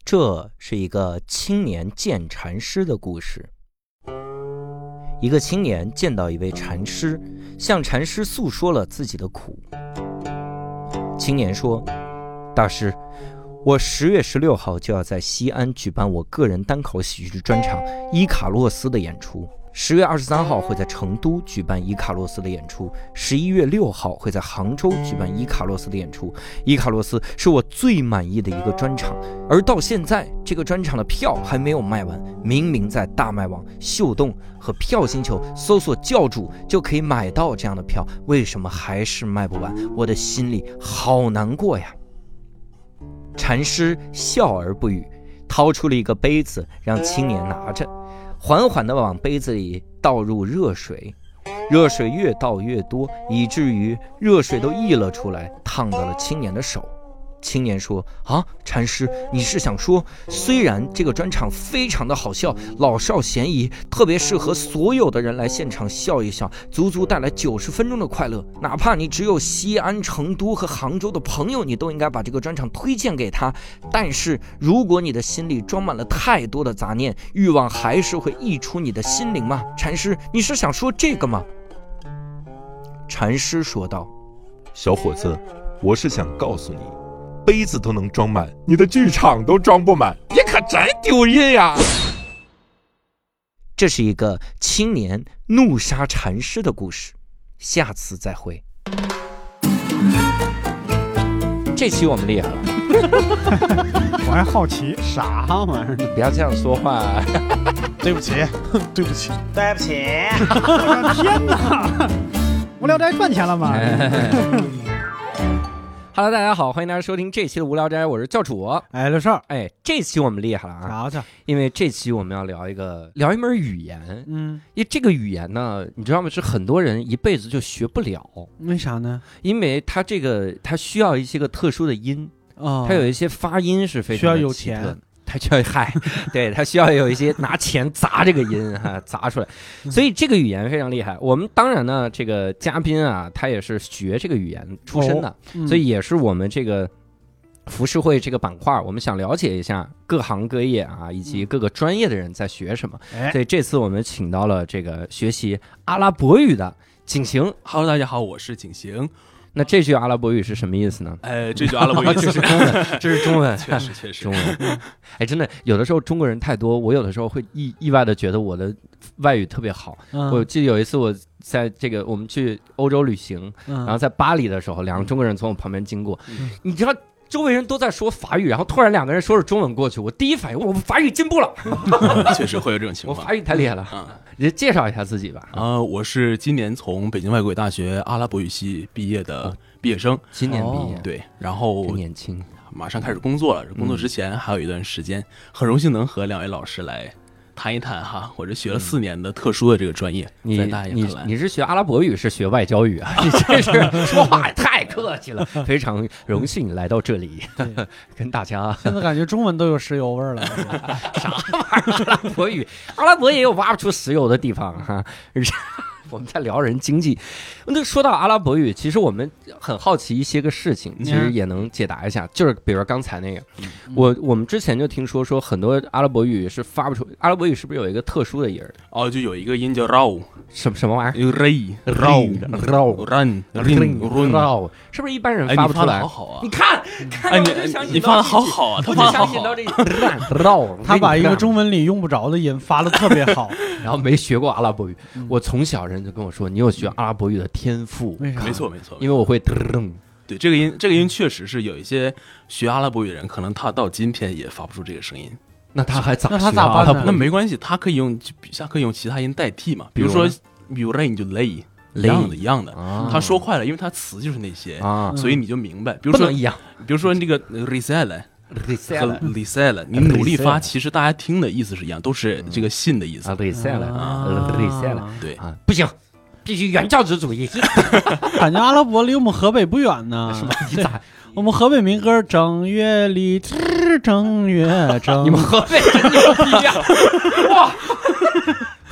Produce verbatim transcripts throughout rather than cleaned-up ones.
这是一个青年见禅师的故事。一个青年见到一位禅师，向禅师诉说了自己的苦。青年说：大师，我十月十六号就要在西安举办我个人单口喜剧专场《伊卡洛斯》的演出，十月二十三号会在成都举办伊卡洛斯的演出，十一月六号会在杭州举办伊卡洛斯的演出。伊卡洛斯是我最满意的一个专场，而到现在这个专场的票还没有卖完，明明在大麦网、秀动和票星球搜索教主就可以买到这样的票，为什么还是卖不完？我的心里好难过呀。禅师笑而不语，掏出了一个杯子让青年拿着，缓缓地往杯子里倒入热水，热水越倒越多，以至于热水都溢了出来，烫到了青年的手。青年说：啊，禅师，你是想说，虽然这个专场非常的好笑，老少咸宜，特别适合所有的人来现场笑一笑，足足带来九十分钟的快乐，哪怕你只有西安、成都和杭州的朋友，你都应该把这个专场推荐给他。但是如果你的心里装满了太多的杂念，欲望还是会溢出你的心灵吗？禅师，你是想说这个吗？禅师说道： 小伙子，我是想告诉你，杯子都能装满，你的剧场都装不满，你可真丢人呀！ 这是一个青年怒杀禅师的故事，下次再会。这期我们厉害了。 我还好奇啥玩意儿呢？ 不要这样说话。 对不起，对不起， 对不起！ 我的天哪！无聊斋赚钱了吗 ？Hello， 大家好，欢迎大家收听这期的无聊斋，我是教主。 哎，刘少， 哎，这期我们厉害了啊！ 瞧瞧， 因为这期我们要聊一个聊一门语言，嗯，因为这个语言呢，你知道吗？是很多人一辈子就学不了。 为啥呢？ 因为它这个它需要一些个特殊的音，哦，它有一些发音是非常需要有钱。 他需要嗨，对他需要有一些拿钱砸这个音哈，砸出来，所以这个语言非常厉害。我们当然呢，这个嘉宾啊，他也是学这个语言出身的，哦嗯、所以也是我们这个浮世绘这个板块，我们想了解一下各行各业啊，以及各个专业的人在学什么。嗯、所以这次我们请到了这个学习阿拉伯语的景行。 Hello， 大家好，我是景行。 那这句阿拉伯语是什么意思呢？ 哎，这句阿拉伯语这是中文，这是中文， 确实确实中文。哎，真的，有的时候中国人太多，我有的时候会意意外的觉得我的外语特别好。嗯、我记得有一次我在这个我们去欧洲旅行，嗯、然后在巴黎的时候，两个中国人从我旁边经过，嗯、你知道。周围人都在说法语，然后突然两个人说着中文过去，我第一反应我法语进步了。 确实会有这种情况， 我法语太厉害了。嗯，你介绍一下自己吧。 啊、呃，我是今年从北京外国语大学阿拉伯语系毕业的毕业生， 今年毕业， 哦、对，然后年轻， 马上开始工作了。工作之前还有一段时间，嗯、很荣幸能和两位老师来谈一谈哈，我这学了四年的特殊的这个专业， 你在大你你是学阿拉伯语，是学外交语啊？你这是说话太客气了，非常荣幸来到这里，跟大家。 现在感觉中文都有石油味儿了， 啥玩意儿？阿拉伯语，阿拉伯也有挖不出石油的地方哈。我们在聊人经济，那说到阿拉伯语，其实我们很好奇一些个事情，其实也能解答一下。就是比如说刚才那个，嗯、我我们之前就听说说很多阿拉伯语是发不出，阿拉伯语是不是有一个特殊的音儿？ 哦，就有一个音叫 raw， 什么什么玩意儿 ？raw raw raw run rin raw， 是不是一般人发不出来？ 哎、你发的好好啊！ 你看， 哎你你发的好好啊！他发的好好。 他把一个中文里用不着的音发的特别好， 然后没学过阿拉伯语，我从小人就跟我说，你有学阿拉伯语的天赋。 为啥？ 没错没错， 因为我会。 对，这个音，这个音确实是有一些学阿拉伯语的人，可能他到今天也发不出这个声音。 那他还咋？ 那他咋办呢？ 那没关系，他可以用，他可以用其他音代替嘛。比如说，比如 rain 就 lay， 一样的，一样的。啊、他说快了，因为他词就是那些，啊、所以你就明白。比如说一样， 比如说这个 risale。和 risale， 你努力发，其实大家听的意思是一样，都是这个信的意思。 risale 啊 risale， 对啊，不行，必须原教旨主义。 感觉阿拉伯离我们河北不远呢。 是吧？你咋？ 我们河北民歌正月里，正月正。 你们河北真牛逼呀！哇！河北好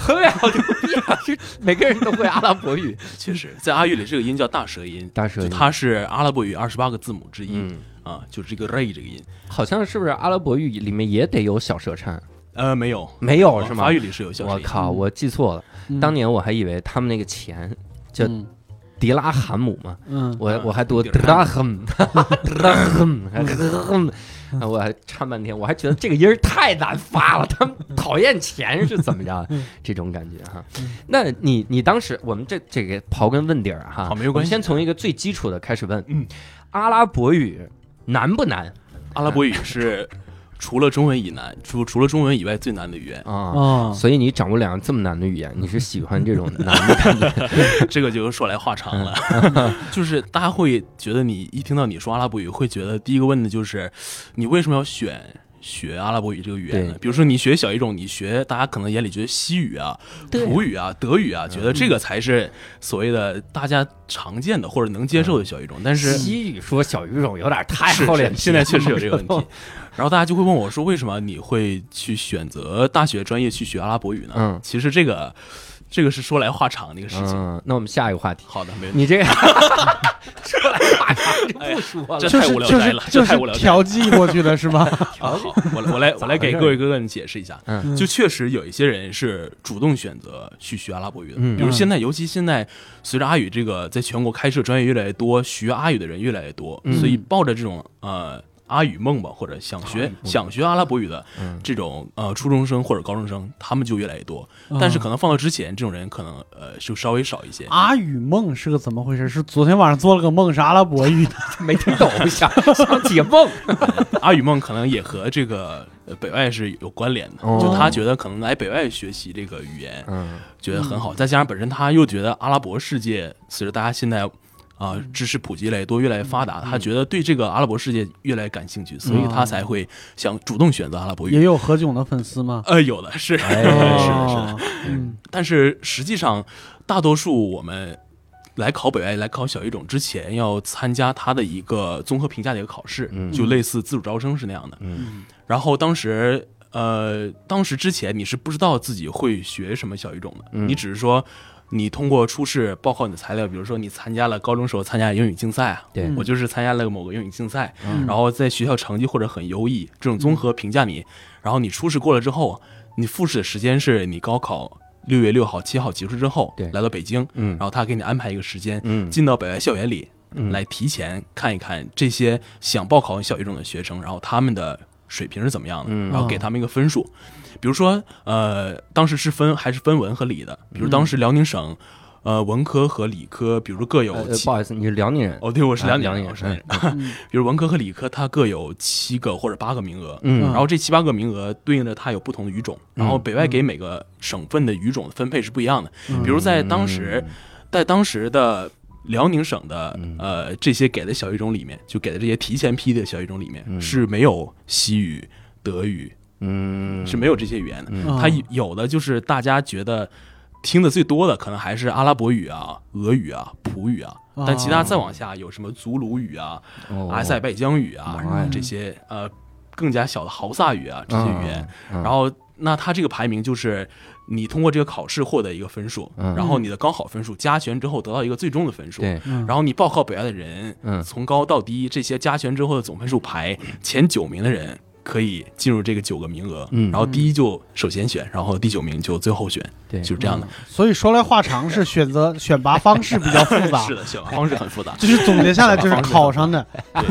好牛逼啊！就每个人都会阿拉伯语。 确实，在阿语里这个音叫大舌音， 大舌音， 它是阿拉伯语二十八个字母之一、嗯、啊，就是这个 ray 这个音。 好像是不是阿拉伯语里面也得有小舌颤？ 呃，没有， 没有是吗？ 法语里是有小舌音。 我靠，我记错了、嗯。当年我还以为他们那个钱叫迪拉罕姆嘛，嗯，我我还读德拉罕，德拉罕，我还唱半天，我还觉得这个音儿太难发了，他们讨厌钱是怎么着？这种感觉哈。那你你当时我们这这个刨根问底儿哈， 好，没有关系。 先从一个最基础的开始问，嗯，阿拉伯语难不难？ 阿拉伯语是。除了中文以南，除除了中文以外最难的语言啊、哦，所以你掌握两个这么难的语言，你是喜欢这种难的感觉？ 这个就说来话长了，就是大家会觉得你一听到你说阿拉伯语，会觉得第一个问的就是你为什么要选学阿拉伯语这个语言呢？比如说你学小语种，你学大家可能眼里觉得西语啊、普语啊、德语啊，觉得这个才是所谓的大家常见的或者能接受的小语种。但是西语说小语种有点太厚脸皮， 现在确实有这个问题。然后大家就会问我说，为什么你会去选择大学专业去学阿拉伯语呢？嗯，其实这个这个是说来话长的一个事情。 嗯，那我们下一个话题。 好的，没问题。 你这个说来话长，就不说了， 这太无聊斋了， 这太无聊斋了，调剂过去的是吗？ 好，我来我来我来给各位哥哥们解释一下。嗯，就确实有一些人是主动选择去学阿拉伯语的，比如现在，尤其现在随着阿语这个在全国开设专业越来越多，学阿语的人越来越多，所以抱着这种呃。阿语梦吧，或者想学想学阿拉伯语的这种呃初中生或者高中生，他们就越来越多。但是可能放到之前，这种人可能呃就稍微少一些。 阿语梦是个怎么回事？是昨天晚上做了个梦，是阿拉伯语的， 没听懂，想想解梦。 阿语梦可能也和这个北外是有关联的，就他觉得可能来北外学习这个语言，觉得很好，再加上本身他又觉得阿拉伯世界随着大家现在。啊、呃，知识普及越来越多，越来越发达，他觉得对这个阿拉伯世界越来越感兴趣，所以他才会想主动选择阿拉伯语。 也有何炅的粉丝吗？ 呃，有的是，哎、是的，是的。嗯，但是实际上，大多数我们来考北外、来考小语种之前，要参加他的一个综合评价的一个考试，嗯、就类似自主招生是那样的。嗯，然后当时。呃，当时之前你是不知道自己会学什么小语种的，嗯、你只是说你通过初试报考你的材料，比如说你参加了高中时候参加英语竞赛啊，对我就是参加了某个英语竞赛，嗯、然后在学校成绩或者很优异，这种综合评价你，然后你初试过了之后，你复试的时间是你高考六月六号、七号结束之后，来到北京，嗯，然后他给你安排一个时间，嗯，进到北外校园里，嗯，来提前看一看这些想报考小语种的学生，然后他们的。水平是怎么样的？然后给他们一个分数，比如说，呃，当时是分还是分文和理的？比如当时辽宁省，呃，文科和理科，比如说各有、 呃，不好意思，你是辽宁人？ 哦，对，我是辽宁人， 人我是辽宁人。嗯、比如文科和理科，它各有七个或者八个名额，嗯，然后这七八个名额对应的它有不同的语种，然后北外给每个省份的语种的分配是不一样的。嗯、比如在当时，在当时的。辽宁省的呃这些给的小语种里面，就给的这些提前批的小语种里面、嗯、是没有西语、德语，嗯，是没有这些语言的。嗯、它有的就是大家觉得听的最多的，可能还是阿拉伯语啊、俄语啊、普语啊，但其他再往下有什么祖鲁语啊、哦、阿塞拜疆语啊、哦、这些呃更加小的豪萨语啊这些语言，哦、然后那它这个排名就是。你通过这个考试获得一个分数，嗯、然后你的高考分数加权之后得到一个最终的分数，嗯、然后你报考北外的人，嗯、从高到低这些加权之后的总分数排前九名的人可以进入这个九个名额，嗯、然后第一就首先选，然后第九名就最后选，对，就是这样的。 嗯、所以说来话长，是选择选拔方式比较复杂， 是的，选拔方式很复杂， 就是总结下来就是考上的。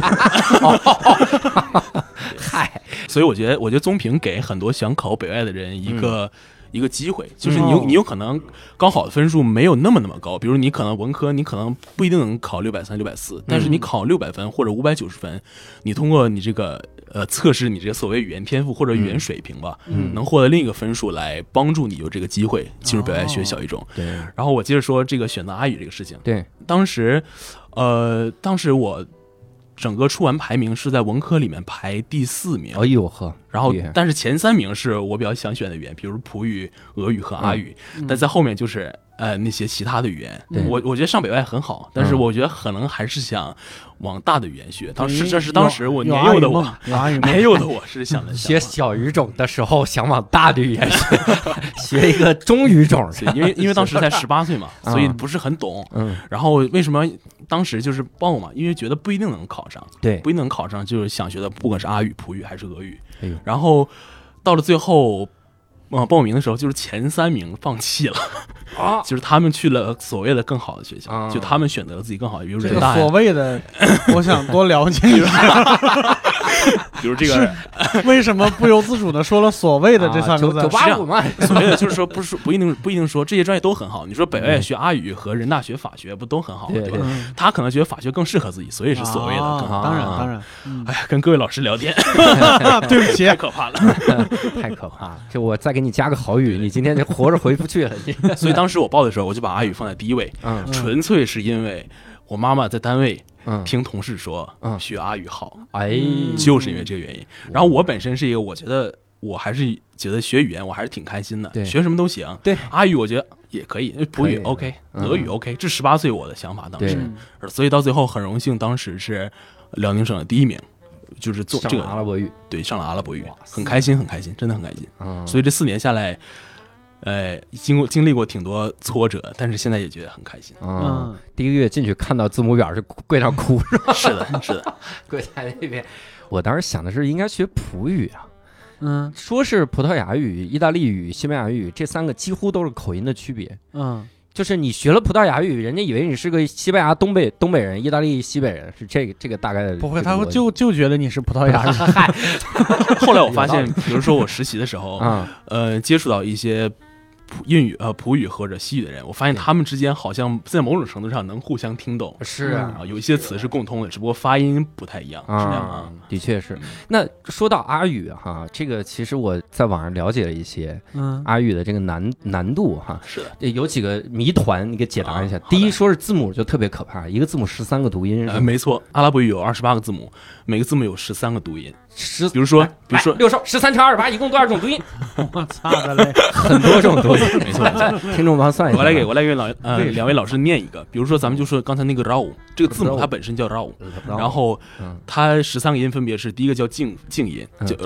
嗨，所以我觉得，我觉得综评给很多想考北外的人一个。嗯一个机会，就是你有你有可能高考的分数没有那么那么高，比如你可能文科你可能不一定能考六百三、六百四，但是你考六百分或者五百九十分，你通过你这个呃测试你这个所谓语言天赋或者语言水平吧，嗯、能获得另一个分数来帮助你有这个机会进入北外学小语种。哦、对。然后我接着说这个选择阿语这个事情。 对， 当时，呃，当时我。整个出完排名是在文科里面排第四名， 哎呦呵， 然后但是前三名是我比较想选的语言，比如普语、俄语和阿语，嗯、但在后面就是呃那些其他的语言。我我觉得上北外很好，但是我觉得可能还是想往大的语言学。当时这是当时我年幼的我，年幼的我是想的学小语种的时候想往大的语言学，学一个中语种， 因为因为当时才十八岁嘛，所以不是很懂。嗯，然后为什么当时就是报嘛？因为觉得不一定能考上， 对， 不一定能考上，就是想学的，不管是阿语、普语还是俄语。哎、然后到了最后。呃，报名的时候就是前三名放弃了啊，就是他们去了所谓的更好的学校，啊、就他们选择了自己更好的，比如人大、 这个、所谓的，我想多了解一下， 比如这个为什么不由自主的说了所谓的这三个字？ 九八五嘛， 所谓的就是说不是不一定不一定说这些专业都很好。你说北外学阿语和人大学法学不都很好吗？对吧？他可能觉得法学更适合自己，所以是所谓的更好。 啊、当然当然， 嗯、哎呀，跟各位老师聊天， 对不起， 太可怕了， 太可怕了。就我再给你加个好语，你今天就活着回不去了。 所以当时我报的时候，我就把阿语放在第一位，嗯，纯粹是因为我妈妈在单位。嗯，听同事说，嗯，学阿语好，哎，就是因为这个原因。然后我本身是一个，我觉得我还是觉得学语言我还是挺开心的，对，学什么都行。 对， 阿语我觉得也可以，普语 OK， 俄语 OK，这十八岁我的想法当时，所以到最后很荣幸，当时是辽宁省的第一名，就是做这个阿拉伯语， 对，上了阿拉伯语，很开心，很开心，真的很开心。嗯，所以这四年下来。呃，经过经历过挺多挫折，但是现在也觉得很开心。 嗯，第一个月进去看到字母表是跪那哭是吧？ 是的，是的， 跪在那边。我当时想的是应该学普语啊，嗯，说是葡萄牙语、意大利语、西班牙语这三个几乎都是口音的区别。嗯，就是你学了葡萄牙语，人家以为你是个西班牙东北东北人、意大利西北人，是这个这个大概的。 不会，他会就就觉得你是葡萄牙人。 后来我发现，比如说我实习的时候，嗯、呃，接触到一些。印语呃普语或者西语的人，我发现他们之间好像在某种程度上能互相听懂， 是啊， 有一些词是共通的，只不过发音不太一样， 啊、 是这样啊， 的确是。那说到阿语哈，这个其实我在网上了解了一些，嗯，阿语的这个难难度哈， 是的， 有几个谜团，你给解答一下。啊、第一，说是字母就特别可怕，一个字母十三个读音， 呃，没错，阿拉伯语有二十八个字母，每个字母有十三个读音。十，比如说，比如说六兽十三乘二十八，一共多少种读音？ 我操的嘞， 很多种读音，没错。听众帮算一下， 我来给我来给老呃两位老师念一个，比如说咱们就说刚才那个 raw 这个字母它本身叫 raw， 然后它十三个音分别是第一个叫静静音，就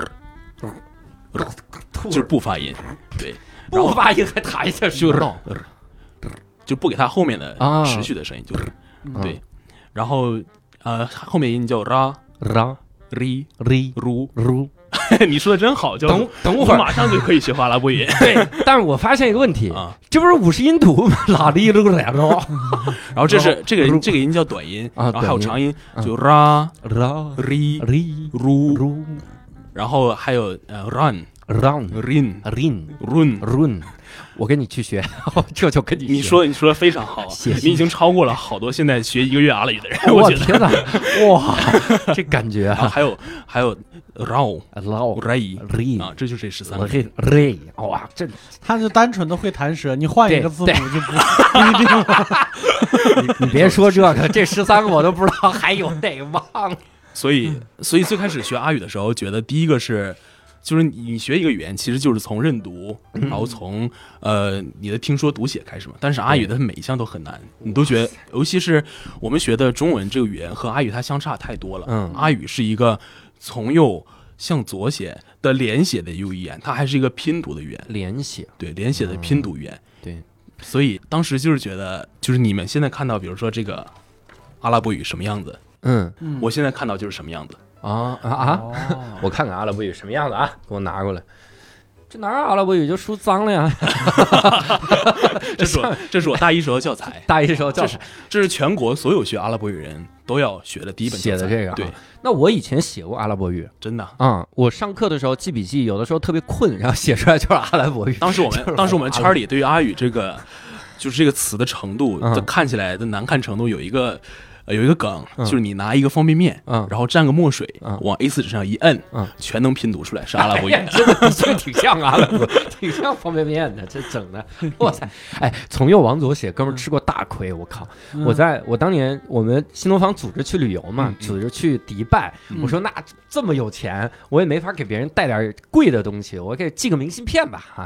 就是不发音，对， 不发音还弹一下就 raw， 就不给它后面的持续的声音，就是对，然后呃后面音叫 ra ra。 ri ri ru ru， 你说的真好， 等等会儿马上就可以学阿拉伯语。 对，但是我发现一个问题啊，这不是五十音图吗？拉里噜来了， 然后这是这个这个音叫短音啊，然后还有长音，就 ra ra ri ri ru ru， 然后还有呃 run run rin rin run run。我跟你去学，这就跟你你说你说的非常好， 谢谢， 你已经超过了好多现在学一个月阿拉语的人。 我天哪，哇，这感觉啊！ 还有还有 raw raw ray ray 啊，这就是这十三个 ray， 哇，这他是单纯的会弹舌，你换一个字母就不不一定了。 你你别说这个，这十三个我都不知道还有哪个忘了。 所以所以最开始学阿语的时候，觉得第一个是。就是你学一个语言，其实就是从认读，然后从呃你的听说读写开始嘛。但是阿语的每一项都很难，你都觉得，尤其是我们学的中文这个语言和阿语它相差太多了。嗯，阿语是一个从右向左写的连写的一个语言，它还是一个拼读的语言。 连写， 对，连写的拼读语言。 对， 所以当时就是觉得，就是你们现在看到，比如说这个阿拉伯语什么样子，嗯，我现在看到就是什么样子。 啊啊啊！哦、我看看阿拉伯语什么样子啊，给我拿过来。这哪有阿拉伯语就输脏了呀？ 这是我这是我大一时候教材， 大一时候教材， 这是全国所有学阿拉伯语人都要学的第一本写的这个。 对， 那我以前写过阿拉伯语， 真的啊、嗯！我上课的时候记笔记，有的时候特别困，然后写出来就是阿拉伯语。 当时我们当时我们圈里对于阿语这个就是这个词的程度，嗯、看起来的难看程度有一个。有一个梗，嗯、就是你拿一个方便面，嗯、然后蘸个墨水，嗯、往 A 四 纸上一摁，嗯、全能拼读出来是阿拉伯语。 这个这个挺像阿拉伯，挺像方便面的，这整的，哇塞！哎，从右往左写，哥们儿吃过大亏，我靠！嗯、我在我当年我们新东方组织去旅游嘛，嗯、组织去迪拜，嗯、我说那这么有钱，我也没法给别人带点贵的东西，我给寄个明信片吧，哈。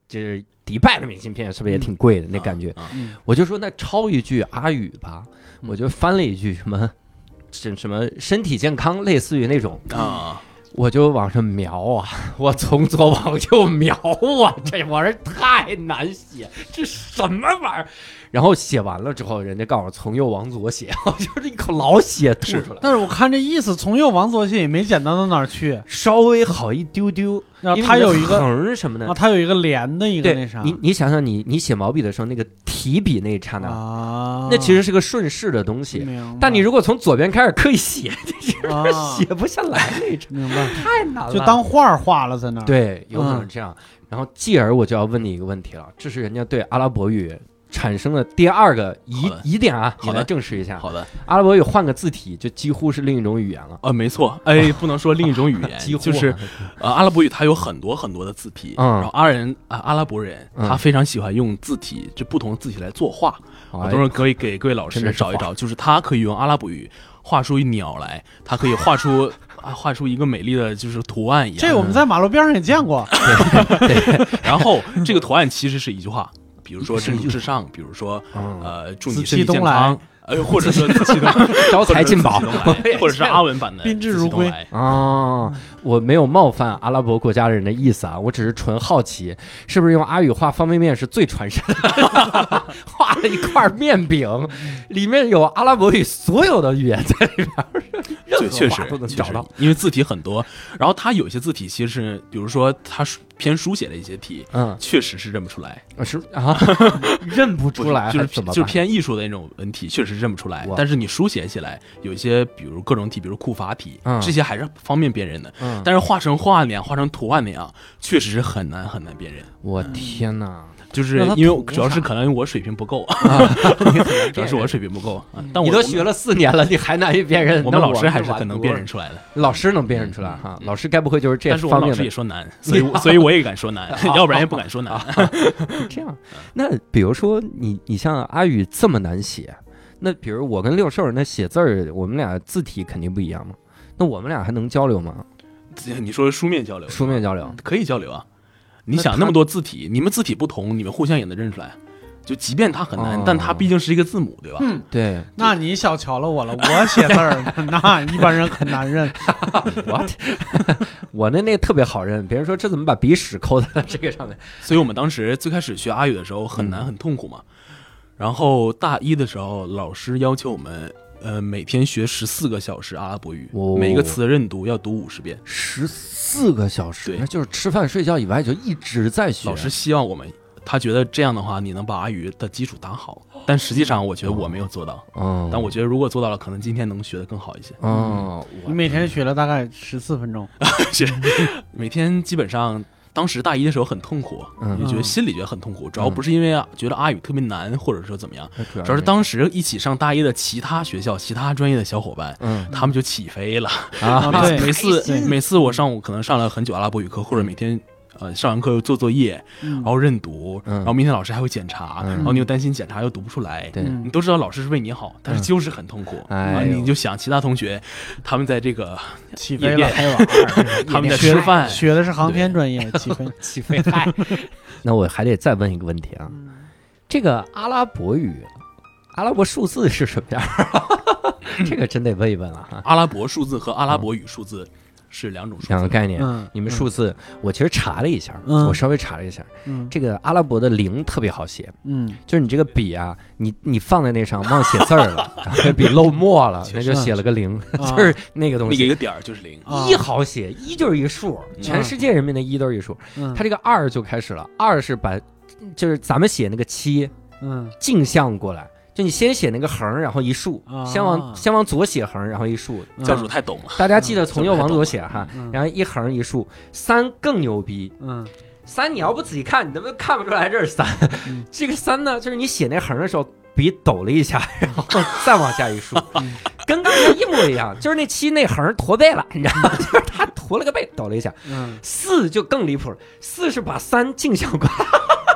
就是迪拜的明信片是不是也挺贵的、嗯、那感觉、 嗯、 我就说那抄一句阿语吧、嗯、我就翻了一句什么什么身体健康，类似于那种啊， 我就往上描啊，我从左往右描啊，这玩意儿太难写，这什么玩意儿？然后写完了之后，人家告诉我从右往左写，我就是一口老血吐出来。 但是我看这意思，从右往左写也没简单到哪儿去， 稍微好一丢丢。 然后它有一个横什么的啊，它有一个连的一个那啥。 你你想想你，你你写毛笔的时候，那个提笔那一刹那， 啊， 那其实是个顺势的东西。但你如果从左边开始刻意写，就是写不下来那种。 明白？ 太难了， 就当画画了在那儿。 对，有可能这样。嗯、然后继而我就要问你一个问题了，这是人家对阿拉伯语产生了第二个疑疑点啊，你来证实一下。 好的， 阿拉伯语换个字体就几乎是另一种语言了。 呃，没错，哎，不能说另一种语言，几乎就是呃，阿拉伯语它有很多很多的字体，嗯、然后阿人啊、呃，阿拉伯人他非常喜欢用字体，就不同的字体来作画。我等会儿可以给各位老师找一找，就是他可以用阿拉伯语画出一鸟来，他可以画出。啊，画出一个美丽的就是图案一样。 这我们在马路边上也见过。 对对然后这个图案其实是一句话，比如说珍珠至上，比如说呃祝你身体健康，呃或者说招财进宝， 或者是阿文版的宾至如归啊。我没有冒犯阿拉伯国家的人的意思啊，我只是纯好奇，是不是用阿语画方便面是最传神的？画了一块面饼，里面有阿拉伯语所有的语言在里边。 对，确实都能找到，因为字体很多，然后它有些字体其实是，比如说它偏书写的一些体，嗯，确实是认不出来， 是啊，认不出来， 就是就是偏艺术的那种文体，确实认不出来。但是你书写起来，有一些比如各种体，比如库法体，嗯、这些还是方便辨认的。嗯、但是画成画那样，画成图案那样，确实是很难很难辨认。 我天哪！ 就是因为主要是可能我水平不够，主要是我水平不够。但你都学了四年了，你还难以辨认？ 我们老师还是可能辨认出来的。 老师能辨认出来哈？老师该不会就是这方面的？ 但是我们老师也说难，所以所以我也敢说难，要不然也不敢说难。 这样，那比如说你你像阿语这么难写，那比如我跟六兽那写字儿，我们俩字体肯定不一样嘛。那我们俩还能交流吗？ 你说书面交流？ 书面交流可以交流啊。你想那么多字体，你们字体不同，你们互相也能认出来。就即便它很难，哦、但它毕竟是一个字母，对吧？ 嗯， 对。 那你小瞧了我了，我写字儿那一般人很难认。 我我那那特别好认，别人说这怎么把鼻屎抠在这个上面？ 所以我们当时最开始学阿语的时候很难很痛苦嘛。嗯、然后大一的时候，老师要求我们。呃，每天学十四个小时阿拉伯语，哦、每个词的认读要读五十遍， 十四个小时，那就是吃饭睡觉以外就一直在学。 老师希望我们，他觉得这样的话，你能把阿语的基础打好。但实际上，我觉得我没有做到。哦、但我觉得如果做到了，可能今天能学得更好一些。 哦， 你每天学了大概十四分钟， 每天基本上。当时大一的时候很痛苦，也觉得心里觉得很痛苦，主要不是因为觉得阿语特别难，或者说怎么样，主要是当时一起上大一的其他学校、其他专业的小伙伴，他们就起飞了。每次每次我上午可能上了很久阿拉伯语课，或者每天呃上完课又做作业，然后认读，然后明天老师还会检查，然后你又担心检查又读不出来，你都知道老师是为你好，但是就是很痛苦。你就想其他同学，他们在这个起飞了， 他们在吃饭， 学的是航天专业，起飞起飞。那我还得再问一个问题啊，这个阿拉伯语，阿拉伯数字是什么样？这个真得问一问了哈。 阿拉伯数字和阿拉伯语数字。是两种数字两个概念，嗯、你们数字、嗯，我其实查了一下，嗯、我稍微查了一下，嗯、这个阿拉伯的零特别好写，嗯，就是你这个笔啊，你你放在那上忘写字儿了，然后笔漏墨了，那就写了个零，啊、就是那个东西， 你给个点儿就是零， 一好写，一就是一个数，全世界人民的一都是一数，嗯、它这个二就开始了，二是把就是咱们写那个七，嗯，镜像过来。就你先写那个横，然后一竖，啊、先往先往左写横，然后一竖。 教主太懂了， 大家记得从右往左写哈，嗯、然后一横一竖。三更牛逼，嗯，三你要不仔细看，你怎么看不出来这是三？嗯、这个三呢，就是你写那横的时候，笔抖了一下，然后再往下一竖，嗯、跟刚才一模一样，就是那七那横驼背了，你知道吗？就是他驼了个背，抖了一下。嗯，四就更离谱了，四是把三镜像过来。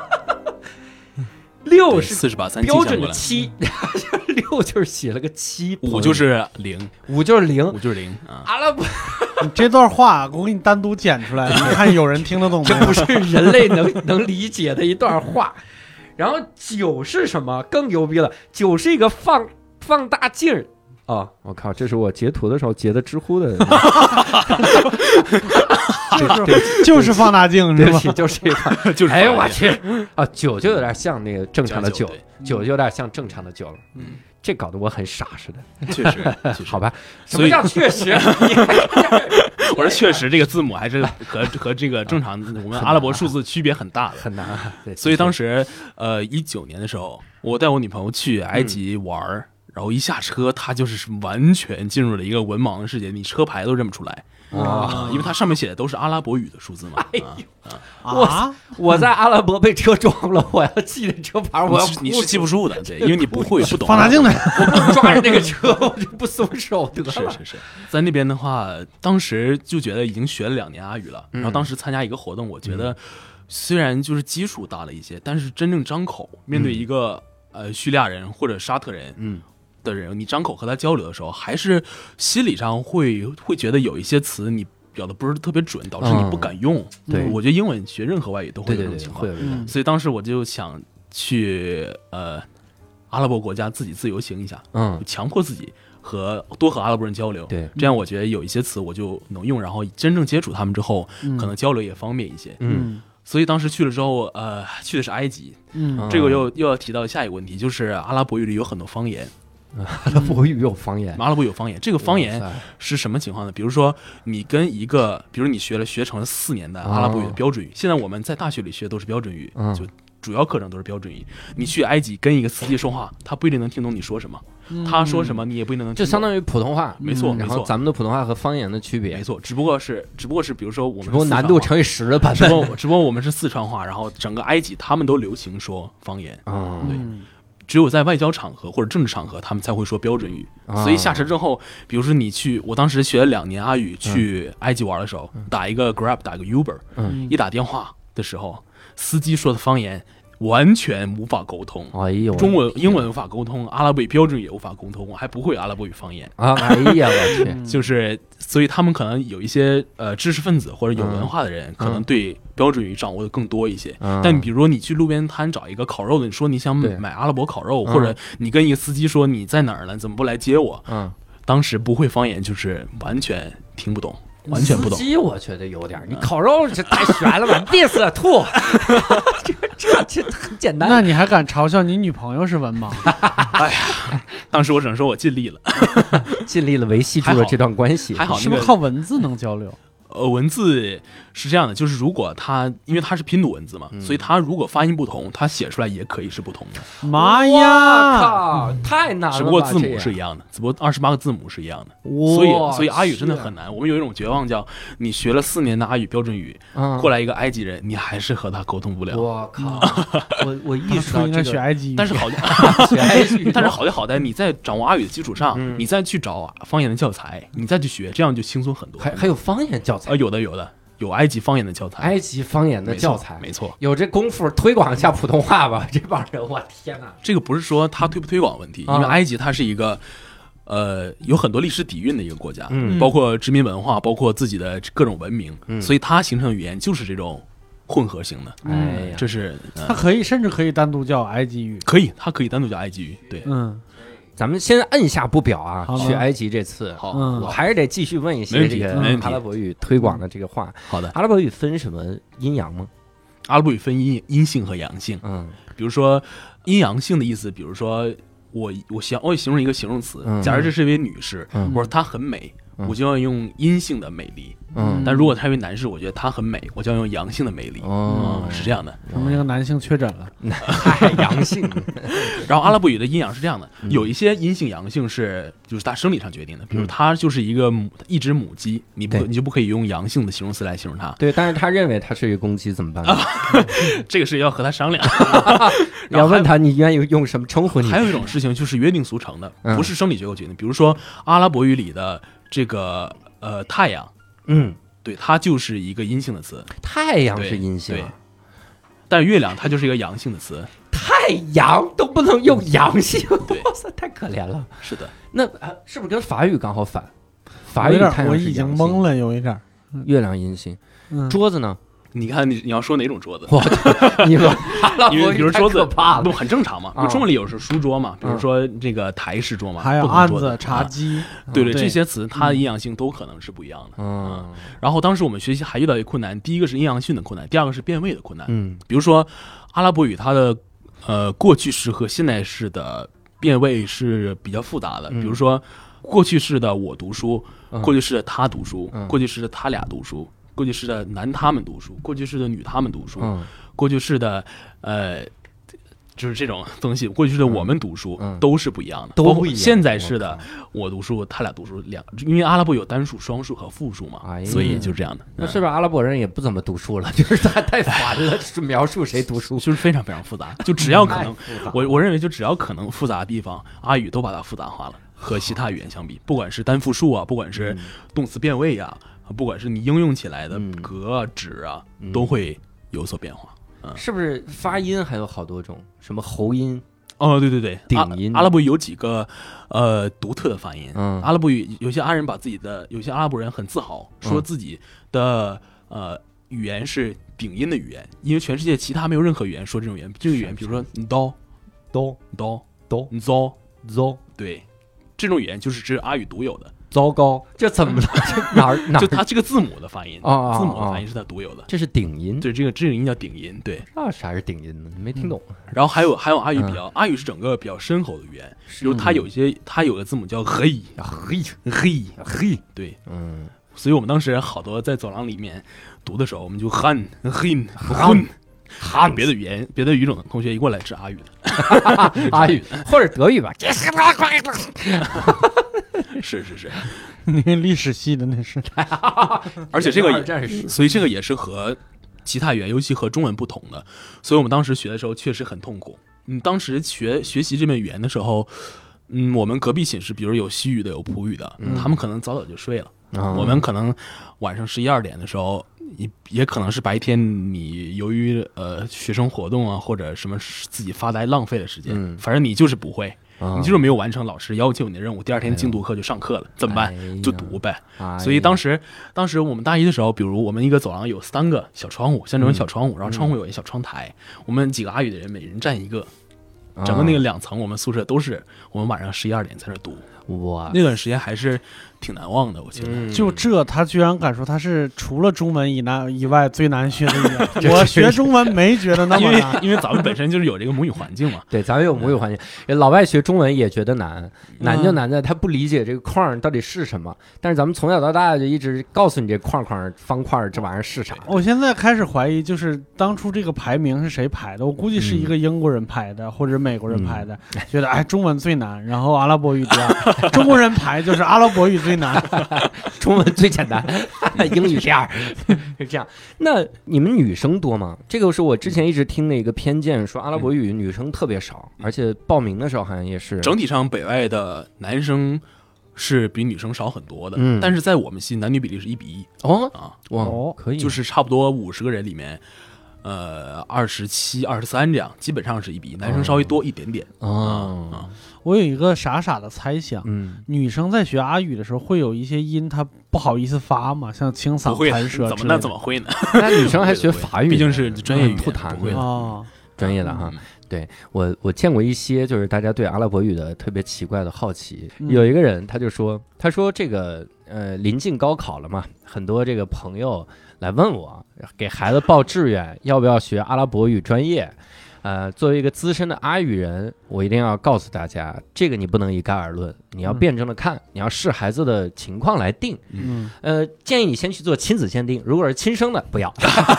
六是四十把三标准的七，六就是写了个七， 五就是零， 五就是零， 五就是零。 阿拉伯你这段话我给你单独剪出来，你看有人听得懂吗？ 这不是人类能能理解的一段话。然后九是什么？更牛逼了，九是一个放放大镜儿。哦，我靠！这是我截图的时候截的知乎的， 就是就是放大镜是吧？ 就是这个， 就是哎呦我去啊！酒就有点像那个正常的酒，酒就有点像正常的酒了。 嗯， 这搞得我很傻似的。 确实，确实好吧？什么叫确实？ 我说确实，这个字母还是和和这个正常我们阿拉伯数字区别很大的， 很难。对， 所以当时呃一九年的时候，我带我女朋友去埃及玩。嗯，然后一下车，他就是完全进入了一个文盲的世界，你车牌都认不出来啊，因为它上面写的都是阿拉伯语的数字嘛。 哎呦，我我在阿拉伯被车撞了，我要记得车牌，我要你是记不住的，对，因为你不会不懂放大镜的， 我不抓着那个车，我就不松手得了。 是是是，在那边的话，当时就觉得已经学了两年阿语了，然后当时参加一个活动，我觉得虽然就是基础大了一些，但是真正张口面对一个呃叙利亚人或者沙特人，嗯。的人，你张口和他交流的时候，还是心理上会会觉得有一些词你表的不是特别准，导致你不敢用。嗯、对，我觉得英文学任何外语都会有这种情况。对对对对，所以当时我就想去呃阿拉伯国家自己自由行一下，嗯，强迫自己和多和阿拉伯人交流。对，这样我觉得有一些词我就能用，然后真正接触他们之后，嗯、可能交流也方便一些。嗯。所以当时去了之后，呃，去的是埃及。嗯，这个又又要提到下一个问题，就是阿拉伯语里有很多方言。 阿拉伯语有方言， 阿拉伯有方言。这个方言是什么情况呢？比如说，你跟一个，比如你学了学成了四年的阿拉伯语的标准语，哦、现在我们在大学里学的都是标准语，嗯、就主要课程都是标准语。你去埃及跟一个司机说话，他不一定能听懂你说什么，嗯、他说什么你也不一定能听懂， 就相当于普通话， 没错， 嗯、 没错。 然后咱们的普通话和方言的区别， 没错，只不过是，只不过是，比如说我们只不过难度乘以十的版本， 只不过只不过我们是四川话，然后整个埃及他们都流行说方言，嗯，对。只有在外交场合或者政治场合，他们才会说标准语。所以下车之后，比如说你去，我当时学了两年阿语，去埃及玩的时候，打一个 Grab， 打一个 Uber，嗯、一打电话的时候，司机说的方言完全无法沟通。哎呦，中文、英文无法沟通，阿拉伯语标准也无法沟通，我还不会阿拉伯语方言啊！哎呀，我去， 就是，所以他们可能有一些呃知识分子或者有文化的人，嗯、可能对标准语掌握的更多一些。嗯、但比如说你去路边摊找一个烤肉的，你说你想买阿拉伯烤肉，或者你跟一个司机说你在哪儿呢，怎么不来接我？嗯，当时不会方言，就是完全听不懂。完全不懂。 司机我觉得有点，你烤肉这太悬了吧！this 吐，这这这很简单。 那你还敢嘲笑你女朋友是文盲？ 哎呀，当时我只能说我尽力了， 尽力了维系住了这段关系。 还好， 是不是靠文字能交流？ 呃，文字是这样的，就是如果它因为它是拼读文字嘛，嗯、所以它如果发音不同，它写出来也可以是不同的。 妈呀， 靠，太难了！ 只不过字母是一样的，只不过二十八个字母是一样的。所以，所以阿语真的很难。我们有一种绝望，叫你学了四年的阿语标准语，嗯、过来一个埃及人，你还是和他沟通不了。 我靠！我我意识到应该学埃及语， 但是好， 学埃及语， 但是好就好在你在掌握阿语的基础上，嗯、你再去找方言的教材，你再去学，这样就轻松很多。 还还有方言教材。 呃，有的有的有埃及方言的教材， 埃及方言的教材， 没错，没错有这功夫推广一下普通话吧？这帮人，我天哪！ 这个不是说他推不推广问题，因为埃及它是一个呃有很多历史底蕴的一个国家，嗯，包括殖民文化，包括自己的各种文明，嗯，所以它形成的语言就是这种混合型的。哎呀，这是它可以甚至可以单独叫埃及语， 可以，它可以单独叫埃及语，对， 嗯。咱们先摁下不表啊，去埃及这次， 好， 我还是得继续问一些这个阿拉伯语推广的这个话。 好的， 阿拉伯语分什么阴阳吗？ 阿拉伯语分阴阴性和阳性，嗯，比如说阴阳性的意思，比如说我我想我形容一个形容词，嗯、假如这是一位女士，嗯、我说她很美，嗯、我就要用阴性的美丽。嗯，但如果他是一位男士，我觉得他很美，我就要用阳性的美丽。哦、嗯，是这样的。 我们这个男性确诊了， 太阳性。 然后阿拉伯语的阴阳是这样的，有一些阴性阳性是就是它生理上决定的，比如它就是一个母一只母鸡，你不你就不可以用阳性的形容词来形容它。 对，但是他认为它是一个公鸡怎么办呢？ 这个是要和他商量。 要问他你愿意用什么称呼你？ 还有一种事情就是约定俗成的，不是生理结构决定。比如说阿拉伯语里的这个呃太阳。嗯，对，它就是一个阴性的词。 太阳是阴性， 对，但是月亮它就是一个阳性的词。 太阳都不能用阳性，哇塞，太可怜了。 是的， 那是不是跟法语刚好反？ 法语太阳我已经懵了，有一点。 月亮阴性， 嗯、 桌子呢？ 你看你你要说哪种桌子？ 哇，你们因为比如桌子不很正常嘛， 啊、 中文里有是书桌嘛，比如说这个台式桌嘛， 还有案子、茶几， 啊、对对，这些词它的阴阳性都可能是不一样的。 嗯， 然后当时我们学习还遇到一个困难，第一个是阴阳性的困难，第二个是变位的困难。 嗯， 比如说阿拉伯语它的呃过去式和现在式的变位是比较复杂的， 嗯、 比如说过去式的我读书， 嗯、 过去式的他读书， 嗯、 过去式的他俩读书。过去式的男他们读书，过去式的女他们读书， 嗯、 过去式的呃，就是这种东西，过去式的我们读书、 嗯、 都是不一样的， 都不一样。 现在式的我读书，他俩读书两，因为阿拉伯有单数、双数和复数嘛， 哎、 所以就这样的。 那是不是阿拉伯人也不怎么读书了？就是太太烦了，是描述谁读书， 就是非常非常复杂。就只要可能，我我认为就只要可能复杂的地方，阿语都把它复杂化了。和其他语言相比，不管是单复数啊，不管是动词变位啊，嗯、不管是你应用起来的格啊、指啊， 嗯、 都会有所变化。嗯、 是不是发音还有好多种？什么喉音？ 哦，对对对， 顶音。 阿, 阿拉伯语有几个呃独特的发音。 嗯， 阿拉伯语有些阿人把自己的，有些阿拉伯人很自豪，说自己的、嗯、呃语言是顶音的语言，因为全世界其他没有任何语言说这种语言。这个语言，比如说你刀刀刀刀你糟糟， 对。这种语言就是只阿语独有的， 糟糕，这怎么了？这哪儿哪儿？ 就它这个字母的发音， 哦、 字母的发音是它独有的， 这是顶音。 对，这个这个音叫顶音，对。 那啥是顶音呢？没听懂。 嗯、然后还有还有阿语比较，嗯、阿语是整个比较深厚的语言，比如它有一些它有个字母叫嘿嘿嘿嘿， 对， 嗯。 所以我们当时好多在走廊里面读的时候，我们就喊嘿混。哈，别的语言、别的语种的同学一过来是阿语的， 阿语或者德语吧。 是是是， 那个历史系的那是， 而且这个也，所以这个也是和其他语言，尤其和中文不同的。所以我们当时学的时候确实很痛苦。嗯，当时学学习这门语言的时候，嗯，我们隔壁寝室，比如有西语的，有普语的，嗯、他们可能早早就睡了。嗯、我们可能晚上十一二点的时候。也也可能是白天你由于呃学生活动啊或者什么自己发呆浪费的时间，嗯、反正你就是不会，嗯、你就是没有完成老师要求你的任务，第二天精读课就上课了，哎、怎么办？哎、就读呗。哎、所以当时当时我们大一的时候，比如我们一个走廊有三个小窗户，像这种小窗户，嗯、然后窗户有一小窗台，嗯、我们几个阿语的人每人占一个，整个那个两层我们宿舍都是我们晚上十一二点在那读。 哇， 那段时间还是挺难忘的，我觉得。 嗯、就这，他居然敢说他是除了中文以南以外最难学的语言。我学中文没觉得那么难， 因为因为咱们本身就是有这个母语环境嘛。 对，咱们有母语环境。老外学中文也觉得难，难就难在他不理解这个框到底是什么。但是咱们从小到大就一直告诉你这框框、方块这玩意儿是啥。 我现在开始怀疑，就是当初这个排名是谁排的？我估计是一个英国人排的，嗯、或者美国人排的，嗯、觉得哎中文最难，然后阿拉伯语第二。中国人排就是阿拉伯语最难， 中文最简单，英语第二，是这样。那你们女生多吗？这个是我之前一直听的一个偏见，说阿拉伯语女生特别少，嗯、而且报名的时候好像也是。 整体上北外的男生是比女生少很多的， 嗯、 但是在我们系男女比例是一比一。 哦啊， 哇，哦，可以， 就是差不多五十个人里面。呃，二十七、二十三这样，基本上是一比，男生稍微多一点点。 哦， 啊、 我有一个傻傻的猜想， 嗯， 女生在学阿语的时候会有一些音，她不好意思发嘛，像清嗓、弹舌， 怎么那怎么会呢？ 那女生还学法语， 毕竟是专业语言， 吐痰会哦， 专业的哈。嗯、对我，我见过一些就是大家对阿拉伯语的特别奇怪的好奇。嗯、有一个人他就说，他说这个呃临近高考了嘛，很多这个朋友来问我，给孩子报志愿要不要学阿拉伯语专业。呃，作为一个资深的阿语人，我一定要告诉大家，这个你不能一概而论，你要辩证的看，嗯、你要视孩子的情况来定。 嗯， 呃，建议你先去做亲子鉴定，如果是亲生的，不要。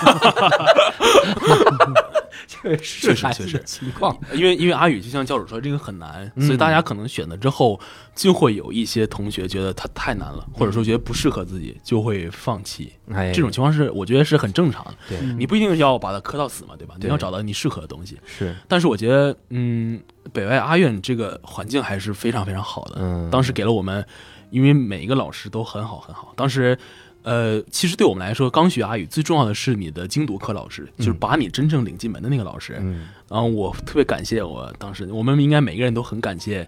这个是孩子的情况， 因为因为阿语就像教主说，这个很难，嗯、所以大家可能选了之后，就会有一些同学觉得它太难了，嗯、或者说觉得不适合自己，就会放弃。 哎， 这种情况是我觉得是很正常的。 对， 你不一定要把它磕到死嘛，对吧？对，你要找到你适合的东西。 是， 但是我觉得，嗯，北外阿院这个环境还是非常非常好的。 嗯， 当时给了我们，因为每一个老师都很好很好。当时。呃，其实对我们来说，刚学阿语最重要的是你的精读课老师，嗯、就是把你真正领进门的那个老师。 嗯， 然后我特别感谢我当时，我们应该每个人都很感谢